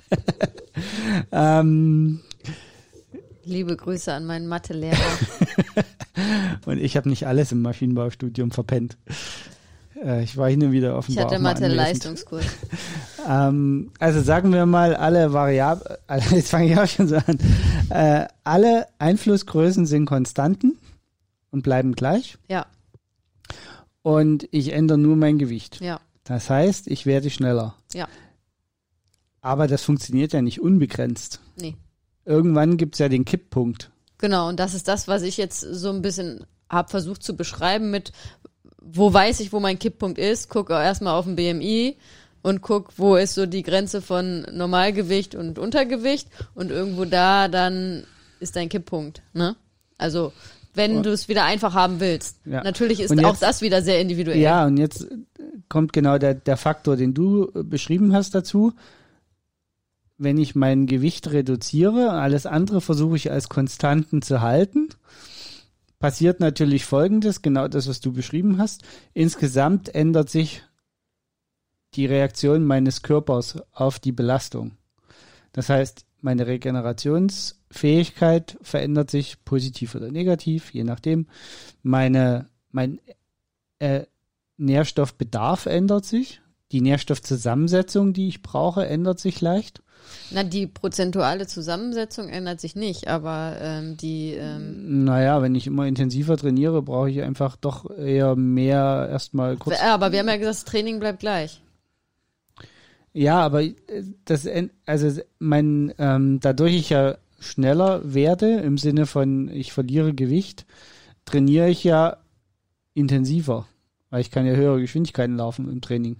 ähm, Liebe Grüße an meinen Mathelehrer. und ich habe nicht alles im Maschinenbaustudium verpennt. Äh, ich war hin und wieder offenbar Ich hatte auch mal anwesend. Mathe-Leistungskurs. Ähm, also sagen wir mal, alle Variablen, jetzt fange ich auch schon so an, äh, alle Einflussgrößen sind Konstanten und bleiben gleich Ja, und ich ändere nur mein Gewicht. ja, Das heißt, ich werde schneller. ja. Aber das funktioniert ja nicht unbegrenzt. Nee. Irgendwann gibt's ja den Kipppunkt. Genau, und das ist das, was ich jetzt so ein bisschen habe versucht zu beschreiben mit, wo weiß ich, wo mein Kipppunkt ist, gucke erstmal auf den B M I und guck, wo ist so die Grenze von Normalgewicht und Untergewicht und irgendwo da dann ist dein Kipppunkt, ne? Also, wenn Und- du es wieder einfach haben willst. Ja. Natürlich ist Und auch jetzt- das wieder sehr individuell. Ja, und jetzt kommt genau der, der Faktor, den du äh, beschrieben hast dazu. Wenn ich mein Gewicht reduziere, alles andere versuche ich als Konstanten zu halten, passiert natürlich Folgendes, genau das, was du beschrieben hast. Insgesamt ändert sich die Reaktion meines Körpers auf die Belastung. Das heißt, meine Regenerationsfähigkeit verändert sich positiv oder negativ, je nachdem. Meine, mein äh, Nährstoffbedarf ändert sich. Die Nährstoffzusammensetzung, die ich brauche, ändert sich leicht. Na, die prozentuale Zusammensetzung ändert sich nicht, aber ähm, die ähm, Naja, wenn ich immer intensiver trainiere, brauche ich einfach doch eher mehr erstmal kurz. ja, aber wir haben ja gesagt, das Training bleibt gleich. Ja, aber äh, das, en- also mein, ähm, dadurch ich ja schneller werde, im Sinne von ich verliere Gewicht, trainiere ich ja intensiver, weil ich kann ja höhere Geschwindigkeiten laufen im Training.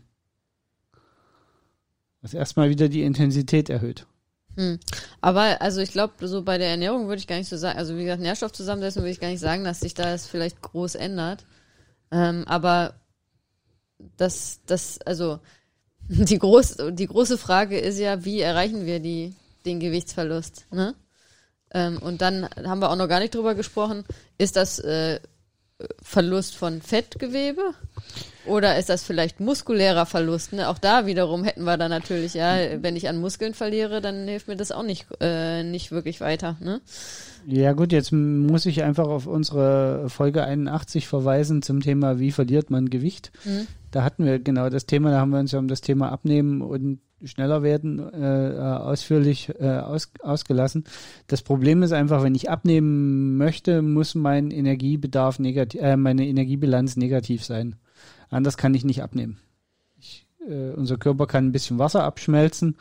Was erstmal wieder die Intensität erhöht. Hm. Aber also ich glaube, so bei der Ernährung würde ich gar nicht so sagen, also wie gesagt, Nährstoffzusammensetzung würde ich gar nicht sagen, dass sich das vielleicht groß ändert. Ähm, aber das, das, also die, groß, die große Frage ist ja, wie erreichen wir die, den Gewichtsverlust, ne? Ähm, und dann haben wir auch noch gar nicht drüber gesprochen, ist das äh, Verlust von Fettgewebe Oder ist das vielleicht muskulärer Verlust? Ne? Auch da wiederum hätten wir dann natürlich, ja, wenn ich an Muskeln verliere, dann hilft mir das auch nicht, äh, nicht wirklich weiter. Ne? Ja gut, jetzt muss ich einfach auf unsere Folge einundachtzig verweisen zum Thema, wie verliert man Gewicht. Mhm. Da hatten wir genau das Thema, da haben wir uns ja um das Thema Abnehmen und schneller werden äh, ausführlich äh, aus, ausgelassen. Das Problem ist einfach, wenn ich abnehmen möchte, muss mein Energiebedarf negativ, äh, meine Energiebilanz negativ sein. Anders kann ich nicht abnehmen. Ich, äh, unser Körper kann ein bisschen Wasser abschmelzen.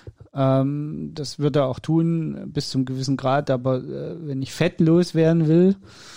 Ähm, das wird er auch tun bis zum gewissen Grad. Aber äh, wenn ich fettlos werden will,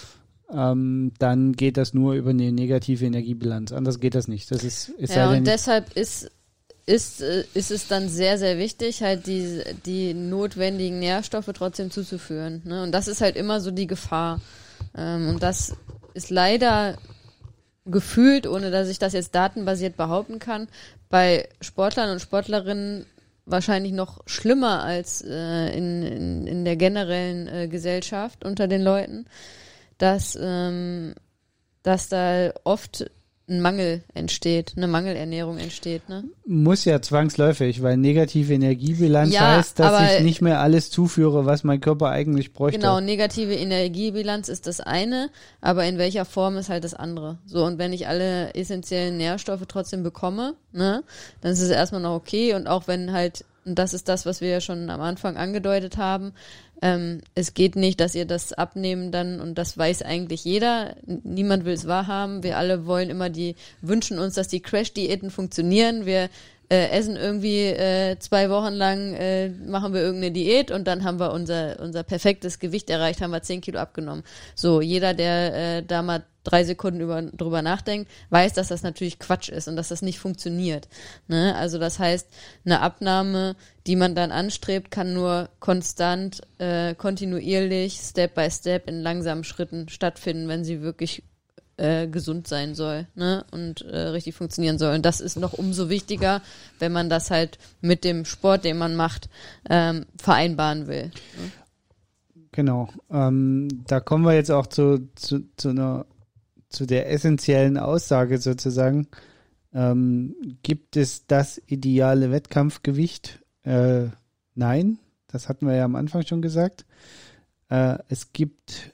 ähm, dann geht das nur über eine negative Energiebilanz. Anders geht das nicht. Das ist, ist ja, und deshalb ist Ist, ist es dann sehr, sehr wichtig, halt die, die notwendigen Nährstoffe trotzdem zuzuführen. Ne? Und das ist halt immer so die Gefahr. Ähm, und das ist leider gefühlt, ohne dass ich das jetzt datenbasiert behaupten kann, bei Sportlern und Sportlerinnen wahrscheinlich noch schlimmer als äh, in, in, in der generellen äh, Gesellschaft unter den Leuten, dass, ähm, dass da oft ein Mangel entsteht, eine Mangelernährung entsteht, ne? Muss ja zwangsläufig, weil negative Energiebilanz ja, heißt, dass ich nicht mehr alles zuführe, was mein Körper eigentlich bräuchte. Genau, negative Energiebilanz ist das eine, aber in welcher Form ist halt das andere. So, und wenn ich alle essentiellen Nährstoffe trotzdem bekomme, ne, dann ist es erstmal noch okay, und auch wenn halt, und das ist das, was wir ja schon am Anfang angedeutet haben, Ähm, es geht nicht, dass ihr das Abnehmen dann, und das weiß eigentlich jeder, niemand will es wahrhaben, wir alle wollen immer die, wünschen uns, dass die Crash-Diäten funktionieren, wir äh, essen irgendwie äh, zwei Wochen lang, äh, machen wir irgendeine Diät und dann haben wir unser unser perfektes Gewicht erreicht, haben wir zehn Kilo abgenommen. So, jeder, der äh, da mal drei Sekunden über, drüber nachdenkt, weiß, dass das natürlich Quatsch ist und dass das nicht funktioniert. Ne? Also das heißt, eine Abnahme, die man dann anstrebt, kann nur konstant, äh, kontinuierlich, Step by Step in langsamen Schritten stattfinden, wenn sie wirklich äh, gesund sein soll, ne? Und äh, richtig funktionieren soll. Und das ist noch umso wichtiger, wenn man das halt mit dem Sport, den man macht, ähm, vereinbaren will. Ne? Genau. Ähm, da kommen wir jetzt auch zu, zu, zu einer zu der essentiellen Aussage sozusagen. Ähm, gibt es das ideale Wettkampfgewicht? Äh, nein, das hatten wir ja am Anfang schon gesagt. Äh, es gibt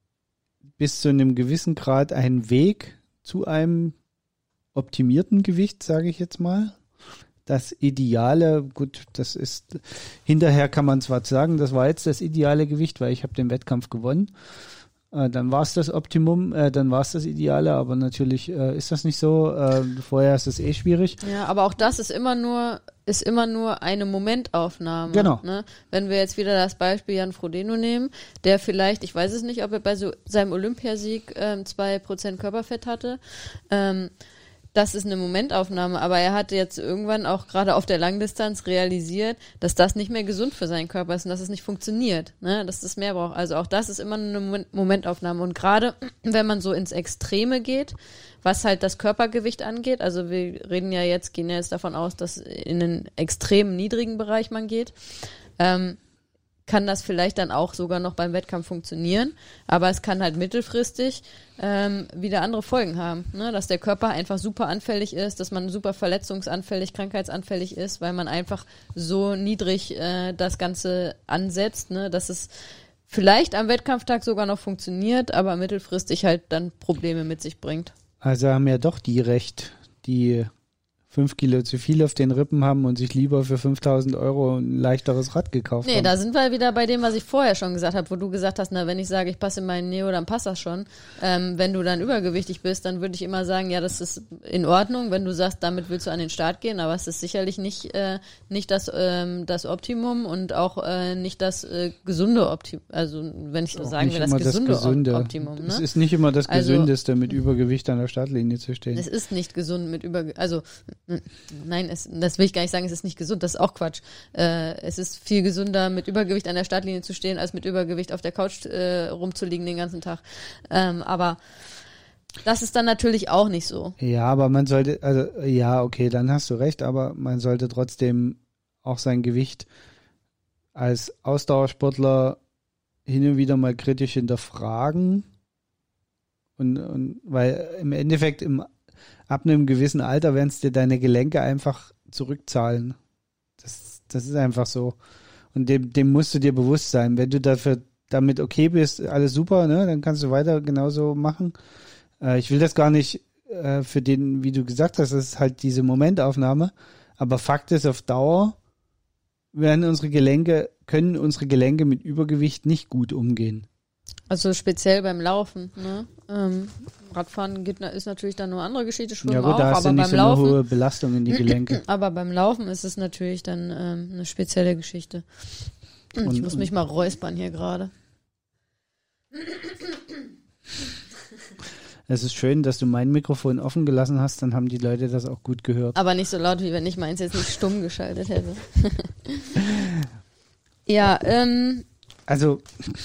bis zu einem gewissen Grad einen Weg zu einem optimierten Gewicht, sage ich jetzt mal. Das Ideale, gut, das ist, hinterher kann man zwar sagen, das war jetzt das ideale Gewicht, weil ich habe den Wettkampf gewonnen. Äh, dann war es das Optimum, äh, dann war es das Ideale, aber natürlich äh, ist das nicht so. Äh, vorher ist es eh schwierig. Ja, aber auch das ist immer nur ist immer nur eine Momentaufnahme. Genau. Ne? Wenn wir jetzt wieder das Beispiel Jan Frodeno nehmen, der vielleicht, ich weiß es nicht, ob er bei so seinem Olympiasieg ähm, zwei Prozent Körperfett hatte, ähm, das ist eine Momentaufnahme, aber er hat jetzt irgendwann auch gerade auf der Langdistanz realisiert, dass das nicht mehr gesund für seinen Körper ist und dass es nicht funktioniert, ne? Dass es mehr braucht. Also auch das ist immer eine Momentaufnahme. Und gerade wenn man so ins Extreme geht, was halt das Körpergewicht angeht, also wir reden ja jetzt, gehen ja jetzt davon aus, dass in einen extrem niedrigen Bereich man geht, ähm, kann das vielleicht dann auch sogar noch beim Wettkampf funktionieren, aber es kann halt mittelfristig ähm, wieder andere Folgen haben, ne? Dass der Körper einfach super anfällig ist, dass man super verletzungsanfällig, krankheitsanfällig ist, weil man einfach so niedrig äh, das Ganze ansetzt, ne? Dass es vielleicht am Wettkampftag sogar noch funktioniert, aber mittelfristig halt dann Probleme mit sich bringt. Also haben ja doch die recht, die fünf Kilo zu viel auf den Rippen haben und sich lieber für fünftausend Euro ein leichteres Rad gekauft nee, haben. Nee, da sind wir wieder bei dem, was ich vorher schon gesagt habe, wo du gesagt hast, na, wenn ich sage, ich passe in meinen Neo, dann passt das schon. Ähm, wenn du dann übergewichtig bist, dann würde ich immer sagen, ja, das ist in Ordnung, wenn du sagst, damit willst du an den Start gehen, aber es ist sicherlich nicht äh, nicht das ähm, das Optimum und auch äh, nicht das äh, gesunde Optimum, also wenn ich so sagen will, das gesunde, das gesunde Optimum. Ne? Es ist nicht immer das also, Gesündeste, mit Übergewicht an der Startlinie zu stehen. Es ist nicht gesund mit Übergewicht, also Nein, es, das will ich gar nicht sagen, es ist nicht gesund, das ist auch Quatsch. Äh, es ist viel gesünder, mit Übergewicht an der Startlinie zu stehen, als mit Übergewicht auf der Couch äh, rumzuliegen den ganzen Tag. Ähm, aber das ist dann natürlich auch nicht so. Ja, aber man sollte, also ja, okay, dann hast du recht, aber man sollte trotzdem auch sein Gewicht als Ausdauersportler hin und wieder mal kritisch hinterfragen. Und, und weil im Endeffekt im ab einem gewissen Alter werden es dir deine Gelenke einfach zurückzahlen. Das, das ist einfach so. Und dem, dem musst du dir bewusst sein. Wenn du dafür damit okay bist, alles super, ne, dann kannst du weiter genauso machen. Äh, ich will das gar nicht äh, für den, wie du gesagt hast, das ist halt diese Momentaufnahme. Aber Fakt ist, auf Dauer werden unsere Gelenke, können unsere Gelenke mit Übergewicht nicht gut umgehen. Also speziell beim Laufen, ne? Ähm, Radfahren geht, ist natürlich dann nur eine andere Geschichte, Schwimmen ja, gut, auch, da hast aber du nicht beim so Laufen, eine hohe Belastung in die Gelenke. aber beim Laufen ist es natürlich dann ähm, eine spezielle Geschichte. Ich Und, muss mich mal räuspern hier gerade. Es ist schön, dass du mein Mikrofon offen gelassen hast, dann haben die Leute das auch gut gehört. Aber nicht so laut, wie wenn ich meins jetzt nicht stumm geschaltet hätte. ja, ähm. Also,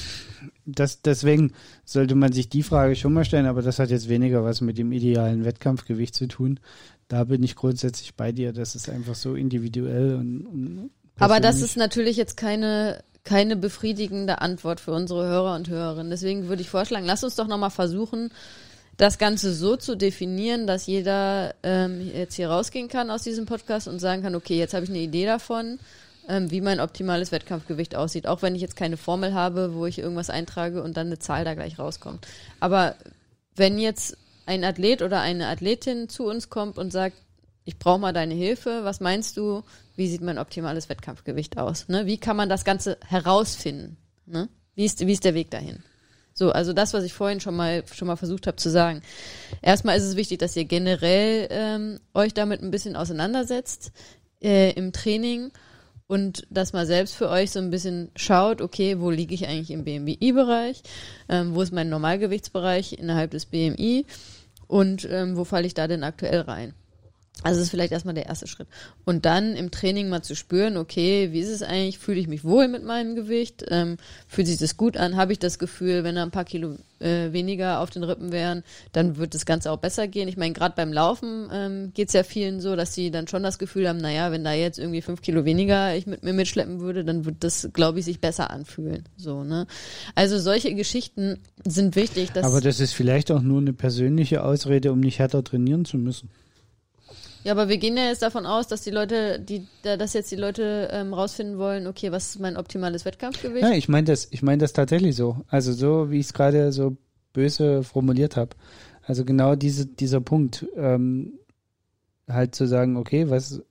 das, deswegen sollte man sich die Frage schon mal stellen, aber das hat jetzt weniger was mit dem idealen Wettkampfgewicht zu tun. Da bin ich grundsätzlich bei dir, das ist einfach so individuell und, und aber das ist natürlich jetzt keine keine befriedigende Antwort für unsere Hörer und Hörerinnen. Deswegen würde ich vorschlagen, lass uns doch nochmal versuchen, das Ganze so zu definieren, dass jeder ähm, jetzt hier rausgehen kann aus diesem Podcast und sagen kann, okay, jetzt habe ich eine Idee davon, ähm, wie mein optimales Wettkampfgewicht aussieht. Auch wenn ich jetzt keine Formel habe, wo ich irgendwas eintrage und dann eine Zahl da gleich rauskommt. Aber wenn jetzt ein Athlet oder eine Athletin zu uns kommt und sagt, ich brauche mal deine Hilfe, was meinst du, wie sieht mein optimales Wettkampfgewicht aus? Ne? Wie kann man das Ganze herausfinden? Ne? Wie ist, wie ist der Weg dahin? So, also das, was ich vorhin schon mal schon mal versucht habe zu sagen. Erstmal ist es wichtig, dass ihr generell ähm, euch damit ein bisschen auseinandersetzt äh, im Training und dass mal selbst für euch so ein bisschen schaut, okay, wo liege ich eigentlich im B M I-Bereich? Ähm, wo ist mein Normalgewichtsbereich innerhalb des B M I? Und ähm, wo falle ich da denn aktuell rein? Also das ist vielleicht erstmal der erste Schritt. Und dann im Training mal zu spüren, okay, wie ist es eigentlich? Fühle ich mich wohl mit meinem Gewicht? Ähm, fühlt sich das gut an? Habe ich das Gefühl, wenn da ein paar Kilo äh, weniger auf den Rippen wären, dann wird das Ganze auch besser gehen? Ich meine, gerade beim Laufen ähm, geht es ja vielen so, dass sie dann schon das Gefühl haben, naja, wenn da jetzt irgendwie fünf Kilo weniger ich mit mir mitschleppen würde, dann wird das, glaube ich, sich besser anfühlen. So, ne? Also solche Geschichten sind wichtig. Dass Aber das ist vielleicht auch nur eine persönliche Ausrede, um nicht härter trainieren zu müssen. Ja, aber wir gehen ja jetzt davon aus, dass die Leute, die, dass jetzt die Leute ähm, rausfinden wollen, okay, was ist mein optimales Wettkampfgewicht? Ja, ich meine das, ich meine das tatsächlich so. Also so, wie ich es gerade so böse formuliert habe. Also genau diese, dieser Punkt, ähm, halt zu sagen, okay, was,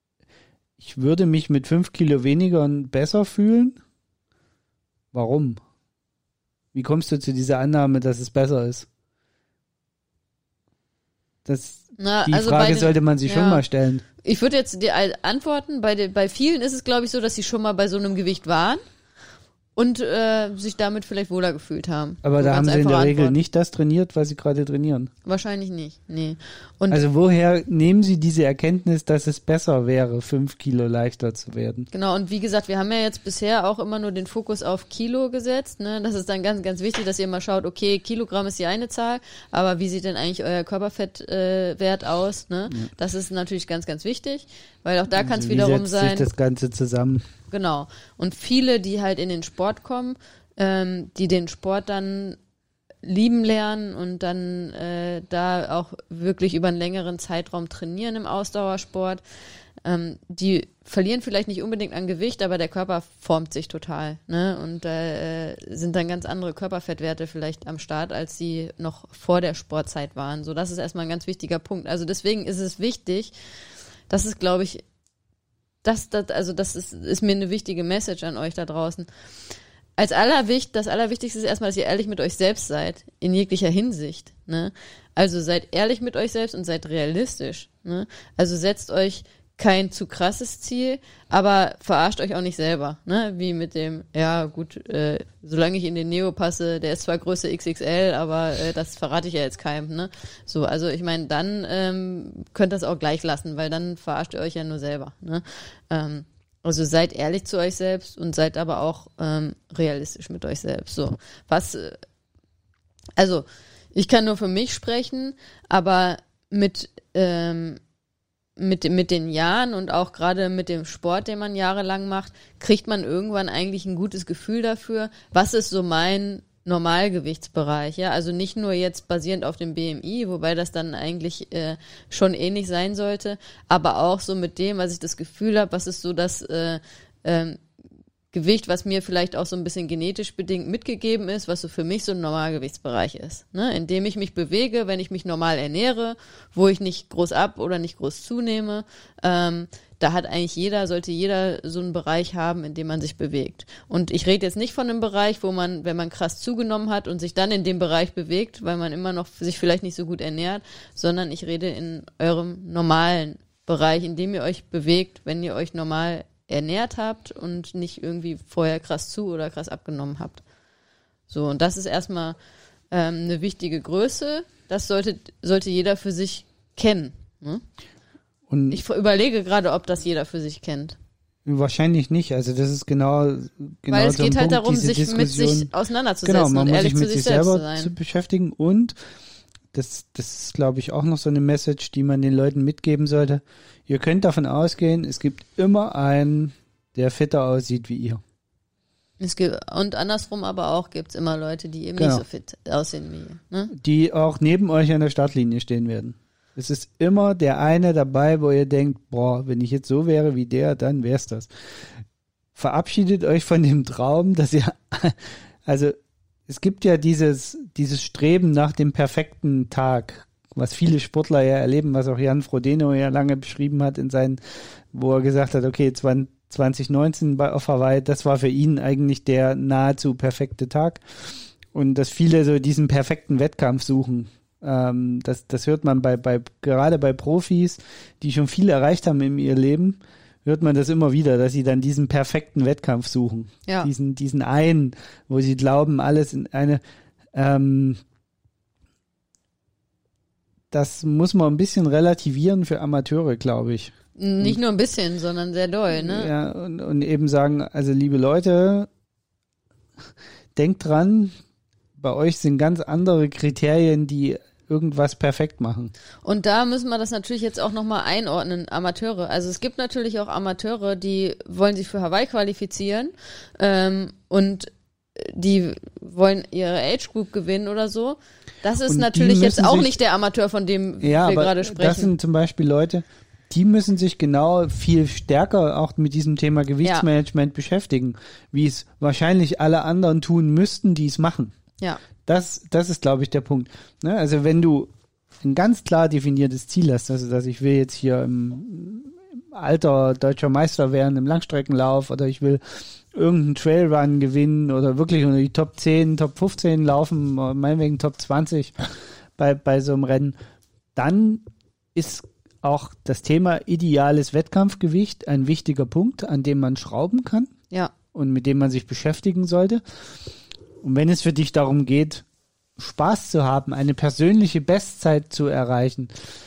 ich würde mich mit fünf Kilo weniger besser fühlen. Warum? Wie kommst du zu dieser Annahme, dass es besser ist? Das Na, Die also Frage den, sollte man sich ja, schon mal stellen. Ich würde jetzt dir antworten, bei, den, bei vielen ist es, glaube ich, so, dass sie schon mal bei so einem Gewicht waren und äh, sich damit vielleicht wohler gefühlt haben. Aber so da haben sie in der antworten. Regel nicht das trainiert, was sie gerade trainieren. Wahrscheinlich nicht, nee. Und also woher nehmen sie diese Erkenntnis, dass es besser wäre, fünf Kilo leichter zu werden? Genau, und wie gesagt, wir haben ja jetzt bisher auch immer nur den Fokus auf Kilo gesetzt. Ne? Das ist dann ganz, ganz wichtig, dass ihr mal schaut, okay, Kilogramm ist die eine Zahl, aber wie sieht denn eigentlich euer Körperfettwert äh, aus? Ne? Ja. Das ist natürlich ganz, ganz wichtig, weil auch da kann es also wiederum wie setzt sein. Sich das Ganze zusammen. Genau. Und viele, die halt in den Sport kommen, ähm, die den Sport dann lieben lernen und dann äh, da auch wirklich über einen längeren Zeitraum trainieren im Ausdauersport, ähm, die verlieren vielleicht nicht unbedingt an Gewicht, aber der Körper formt sich total, ne? Und da äh, sind dann ganz andere Körperfettwerte vielleicht am Start, als sie noch vor der Sportzeit waren. So, das ist erstmal ein ganz wichtiger Punkt. Also deswegen ist es wichtig, das ist, glaube ich, Das, das, also das ist, ist mir eine wichtige Message an euch da draußen. Als allerwicht, das Allerwichtigste ist erstmal, dass ihr ehrlich mit euch selbst seid, in jeglicher Hinsicht. Ne? Also seid ehrlich mit euch selbst und seid realistisch. Ne? Also setzt euch kein zu krasses Ziel, aber verarscht euch auch nicht selber. Ne? Wie mit dem, ja gut, äh, solange ich in den Neo passe, der ist zwar Größe X X L, aber äh, das verrate ich ja jetzt keinem. Ne? So, also ich meine, dann ähm, könnt ihr das auch gleich lassen, weil dann verarscht ihr euch ja nur selber. Ne? Ähm, also seid ehrlich zu euch selbst und seid aber auch ähm, realistisch mit euch selbst. So, was, äh, also ich kann nur für mich sprechen, aber mit ähm, Mit, mit den Jahren und auch gerade mit dem Sport, den man jahrelang macht, kriegt man irgendwann eigentlich ein gutes Gefühl dafür, was ist so mein Normalgewichtsbereich, ja, also nicht nur jetzt basierend auf dem B M I, wobei das dann eigentlich äh, schon ähnlich sein sollte, aber auch so mit dem, was ich das Gefühl habe, was ist so das äh, ähm, Gewicht, was mir vielleicht auch so ein bisschen genetisch bedingt mitgegeben ist, was so für mich so ein Normalgewichtsbereich ist, ne? In dem ich mich bewege, wenn ich mich normal ernähre, wo ich nicht groß ab oder nicht groß zunehme, ähm, da hat eigentlich jeder, sollte jeder so einen Bereich haben, in dem man sich bewegt. Und ich rede jetzt nicht von einem Bereich, wo man, wenn man krass zugenommen hat und sich dann in dem Bereich bewegt, weil man immer noch sich vielleicht nicht so gut ernährt, sondern ich rede in eurem normalen Bereich, in dem ihr euch bewegt, wenn ihr euch normal ernährt habt und nicht irgendwie vorher krass zu oder krass abgenommen habt. So, und das ist erstmal ähm, eine wichtige Größe. Das sollte, sollte jeder für sich kennen. Ne? Und ich überlege gerade, ob das jeder für sich kennt. Wahrscheinlich nicht. Also das ist genau, genau Weil es so geht ein halt Punkt, darum, sich Diskussion, mit sich auseinanderzusetzen genau, man und muss ehrlich sich mit zu sich sich selbst selber zu sein. zu beschäftigen und das, das ist, glaube ich, auch noch so eine Message, die man den Leuten mitgeben sollte. Ihr könnt davon ausgehen, es gibt immer einen, der fitter aussieht wie ihr. Es gibt, und andersrum aber auch gibt's immer Leute, die eben Genau. nicht so fit aussehen wie ihr. Ne? Die auch neben euch an der Startlinie stehen werden. Es ist immer der eine dabei, wo ihr denkt, boah, wenn ich jetzt so wäre wie der, dann wär's das. Verabschiedet euch von dem Traum, dass ihr, also es gibt ja dieses, dieses Streben nach dem perfekten Tag, was viele Sportler ja erleben, was auch Jan Frodeno ja lange beschrieben hat in seinen, wo er gesagt hat, okay, zwanzig neunzehn bei auf Hawaii, das war für ihn eigentlich der nahezu perfekte Tag. Und dass viele so diesen perfekten Wettkampf suchen. Ähm, das, das hört man bei, bei, gerade bei Profis, die schon viel erreicht haben in ihrem Leben, hört man das immer wieder, dass sie dann diesen perfekten Wettkampf suchen. Ja. Diesen, diesen einen, wo sie glauben, alles in eine, ähm, das muss man ein bisschen relativieren für Amateure, glaube ich. Nicht und, nur ein bisschen, sondern sehr doll, ne? Ja, und, und eben sagen, also liebe Leute, denkt dran, bei euch sind ganz andere Kriterien, die irgendwas perfekt machen. Und da müssen wir das natürlich jetzt auch nochmal einordnen, Amateure. Also es gibt natürlich auch Amateure, die wollen sich für Hawaii qualifizieren ähm, und die wollen ihre Age Group gewinnen oder so. Das ist Und natürlich jetzt auch sich, nicht der Amateur, von dem ja, wir aber gerade sprechen. Das sind zum Beispiel Leute, die müssen sich genau viel stärker auch mit diesem Thema Gewichtsmanagement ja. beschäftigen, wie es wahrscheinlich alle anderen tun müssten, die es machen. Ja. Das, das ist, glaube ich, der Punkt. Ne? Also wenn du ein ganz klar definiertes Ziel hast, also dass ich will jetzt hier im, im Alter deutscher Meister werden im Langstreckenlauf oder ich will irgendeinen Trailrun gewinnen oder wirklich unter die Top zehn, Top fünfzehn laufen, meinetwegen Top zwanzig bei, bei so einem Rennen, dann ist auch das Thema ideales Wettkampfgewicht ein wichtiger Punkt, an dem man schrauben kann ja. und mit dem man sich beschäftigen sollte. Und wenn es für dich darum geht, Spaß zu haben, eine persönliche Bestzeit zu erreichen,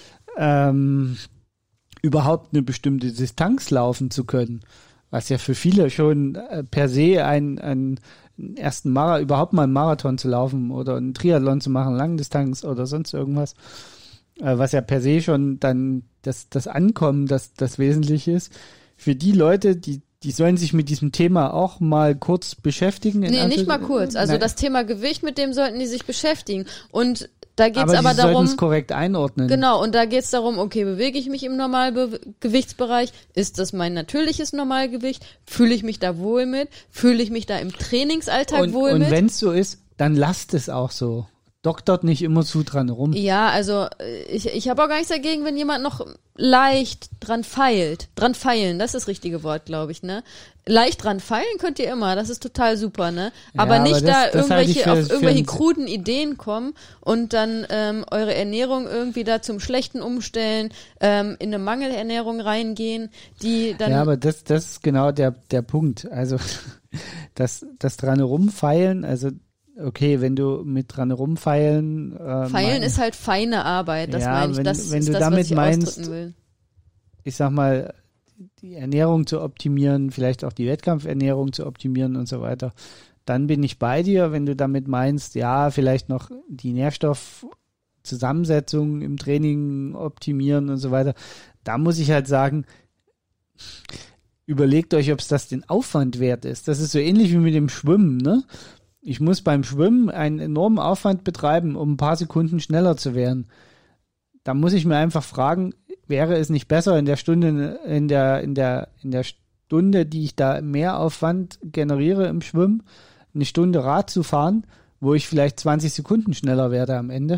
ähm, überhaupt eine bestimmte Distanz laufen zu können, was ja für viele schon äh, per se ein, ein einen ersten Marathon, überhaupt mal einen Marathon zu laufen oder einen Triathlon zu machen, Langdistanz oder sonst irgendwas, äh, was ja per se schon dann das, das Ankommen, das, das Wesentliche ist. Für die Leute, die Die sollen sich mit diesem Thema auch mal kurz beschäftigen. Nee, nicht mal kurz. Also Nein. das Thema Gewicht, mit dem sollten die sich beschäftigen. Und da geht's aber, aber sie darum. es korrekt einordnen. Genau, und da geht's darum, okay, bewege ich mich im Normalgewichtsbereich? Ist das mein natürliches Normalgewicht? Fühle ich mich da wohl mit? Fühle ich mich da im Trainingsalltag und, wohl und mit? Und wenn es so ist, dann lasst es auch so. Doktort nicht immer zu dran rum. Ja, also ich, ich habe auch gar nichts dagegen, wenn jemand noch leicht dran feilt. Dran feilen, das ist das richtige Wort, glaube ich, ne? Leicht dran feilen könnt ihr immer, das ist total super, ne? Aber ja, nicht aber das, da das irgendwelche für, auf irgendwelche für kruden Ideen kommen und dann ähm, eure Ernährung irgendwie da zum Schlechten umstellen, ähm, in eine Mangelernährung reingehen, die dann... Ja, aber das, das ist genau der, der Punkt. Also das, das dran rumfeilen, also okay, wenn du mit dran rumfeilen... Äh, Feilen mein, ist halt feine Arbeit, das ja, meine ich. wenn, das wenn ist du das, damit was ich meinst, ausdrücken will. Ich sag mal, die Ernährung zu optimieren, vielleicht auch die Wettkampfernährung zu optimieren und so weiter, dann bin ich bei dir. Wenn du damit meinst, ja, vielleicht noch die Nährstoffzusammensetzung im Training optimieren und so weiter, da muss ich halt sagen, überlegt euch, ob es das den Aufwand wert ist. Das ist so ähnlich wie mit dem Schwimmen, ne? ich muss beim Schwimmen einen enormen Aufwand betreiben, um ein paar Sekunden schneller zu werden. Da muss ich mir einfach fragen, wäre es nicht besser in der Stunde, in der, in der, in der Stunde, die ich da mehr Aufwand generiere im Schwimmen, eine Stunde Rad zu fahren, wo ich vielleicht zwanzig Sekunden schneller werde am Ende,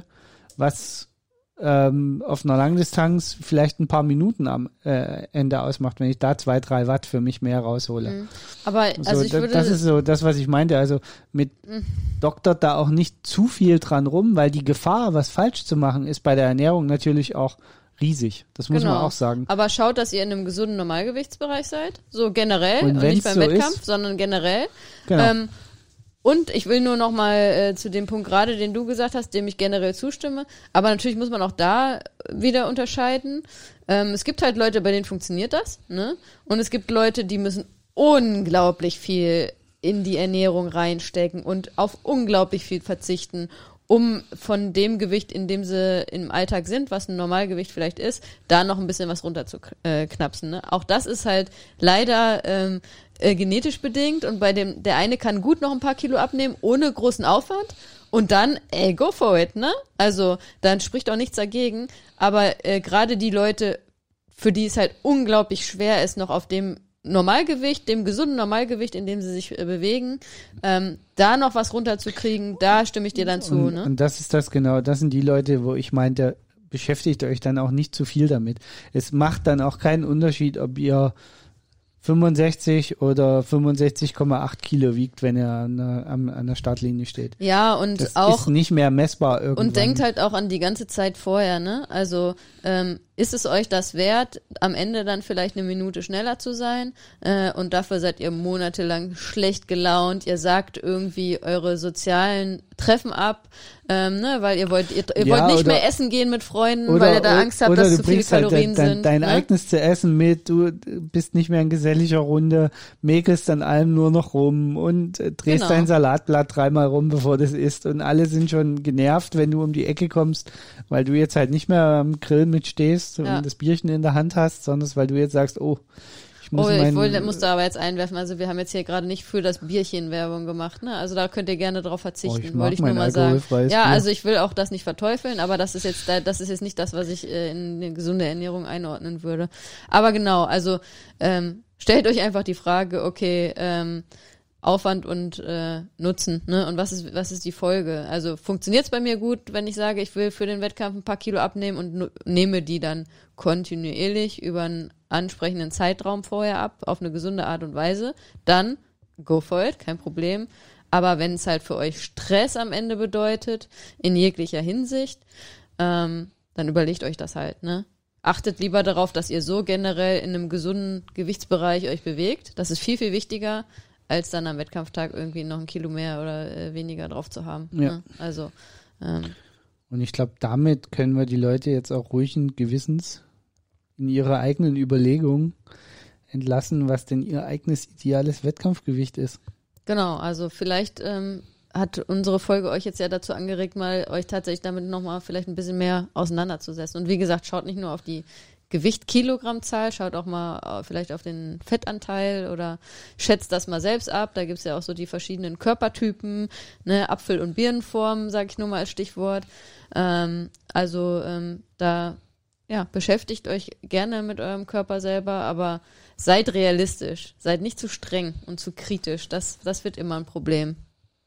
was ähm, auf einer Langdistanz vielleicht ein paar Minuten am äh, Ende ausmacht, wenn ich da zwei, drei Watt für mich mehr raushole. Mhm. Aber also so, ich da, würde das ist so das, was ich meinte. Also mit mhm. doktert da auch nicht zu viel dran rum, weil die Gefahr, was falsch zu machen, ist bei der Ernährung natürlich auch riesig. Das muss genau. man auch sagen. Aber schaut, dass ihr in einem gesunden Normalgewichtsbereich seid. So generell und, und nicht beim so Wettkampf, ist, sondern generell. Genau. Ähm, Und ich will nur noch mal äh, zu dem Punkt gerade, den du gesagt hast, dem ich generell zustimme. Aber natürlich muss man auch da wieder unterscheiden. Ähm, es gibt halt Leute, bei denen funktioniert das, ne? Und es gibt Leute, die müssen unglaublich viel in die Ernährung reinstecken und auf unglaublich viel verzichten, um von dem Gewicht, in dem sie im Alltag sind, was ein Normalgewicht vielleicht ist, da noch ein bisschen was runter zu äh, knapsen. Ne? Auch das ist halt leider ähm, äh, genetisch bedingt und bei dem der eine kann gut noch ein paar Kilo abnehmen, ohne großen Aufwand und dann, ey, go for it, ne? Also dann spricht auch nichts dagegen, aber äh, gerade die Leute, für die es halt unglaublich schwer ist, noch auf dem Normalgewicht, dem gesunden Normalgewicht, in dem sie sich äh, bewegen, ähm, da noch was runterzukriegen, da stimme ich dir dann zu. Und, ne? und das ist das genau, das sind die Leute, wo ich meinte, beschäftigt euch dann auch nicht zu viel damit. Es macht dann auch keinen Unterschied, ob ihr fünfundsechzig oder fünfundsechzig Komma acht Kilo wiegt, wenn er an der, an der Startlinie steht. Ja, und das auch ist nicht mehr messbar irgendwann. und denkt halt auch an die ganze Zeit vorher, ne? Also ähm, ist es euch das wert, am Ende dann vielleicht eine Minute schneller zu sein? Äh, und dafür seid ihr monatelang schlecht gelaunt. Ihr sagt irgendwie eure sozialen Treffen ab, ähm, ne? Weil ihr wollt ihr, ihr Ja, wollt nicht oder, mehr essen gehen mit Freunden, oder, weil ihr da Angst habt, dass zu viele Kalorien halt dein, sind. Dein ne? eigenes zu essen mit, du bist nicht mehr in geselliger Runde, mäkelst an allem nur noch rum und äh, drehst Genau. dein Salatblatt dreimal rum, bevor du es isst und alle sind schon genervt, wenn du um die Ecke kommst, weil du jetzt halt nicht mehr am Grill mitstehst Ja. und das Bierchen in der Hand hast, sondern weil du jetzt sagst, oh, ich muss Oh, ich mein, wollte, musste aber jetzt einwerfen, also wir haben jetzt hier gerade nicht für das Bierchen Werbung gemacht, ne? Also da könnt ihr gerne drauf verzichten, Oh, ich mag wollte ich nur mein mal sagen. alkoholfreies Ja, Bier. also ich will auch das nicht verteufeln, aber das ist jetzt da- das ist jetzt nicht das, was ich äh, in eine gesunde Ernährung einordnen würde. Aber genau, also ähm, stellt euch einfach die Frage, okay, ähm, Aufwand und äh, Nutzen, ne? Und was ist was ist die Folge? Also funktioniert's bei mir gut, wenn ich sage, ich will für den Wettkampf ein paar Kilo abnehmen und nu- nehme die dann kontinuierlich über einen ansprechenden Zeitraum vorher ab, auf eine gesunde Art und Weise, dann go for it, kein Problem. Aber wenn es halt für euch Stress am Ende bedeutet, in jeglicher Hinsicht, ähm, dann überlegt euch das halt, ne? Achtet lieber darauf, dass ihr so generell in einem gesunden Gewichtsbereich euch bewegt. Das ist viel, viel wichtiger, als dann am Wettkampftag irgendwie noch ein Kilo mehr oder äh, weniger drauf zu haben. Ja. Ne? Also ähm, Und ich glaube, damit können wir die Leute jetzt auch ruhigen Gewissens in ihrer eigenen Überlegung entlassen, was denn ihr eigenes ideales Wettkampfgewicht ist. genau, also vielleicht ähm, hat unsere Folge euch jetzt ja dazu angeregt, mal euch tatsächlich damit nochmal vielleicht ein bisschen mehr auseinanderzusetzen. Und wie gesagt, schaut nicht nur auf die Gewicht Kilogrammzahl, schaut auch mal äh, vielleicht auf den Fettanteil oder schätzt das mal selbst ab. Da gibt's ja auch so die verschiedenen Körpertypen, ne, Apfel- und Birnenformen, sage ich nur mal als Stichwort. Ähm, also ähm, da ja, beschäftigt euch gerne mit eurem Körper selber, aber seid realistisch, seid nicht zu streng und zu kritisch. Das, das wird immer ein Problem.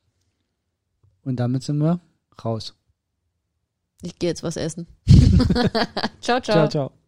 Und damit sind wir raus. Ich gehe jetzt was essen. Ciao, ciao. Ciao, ciao.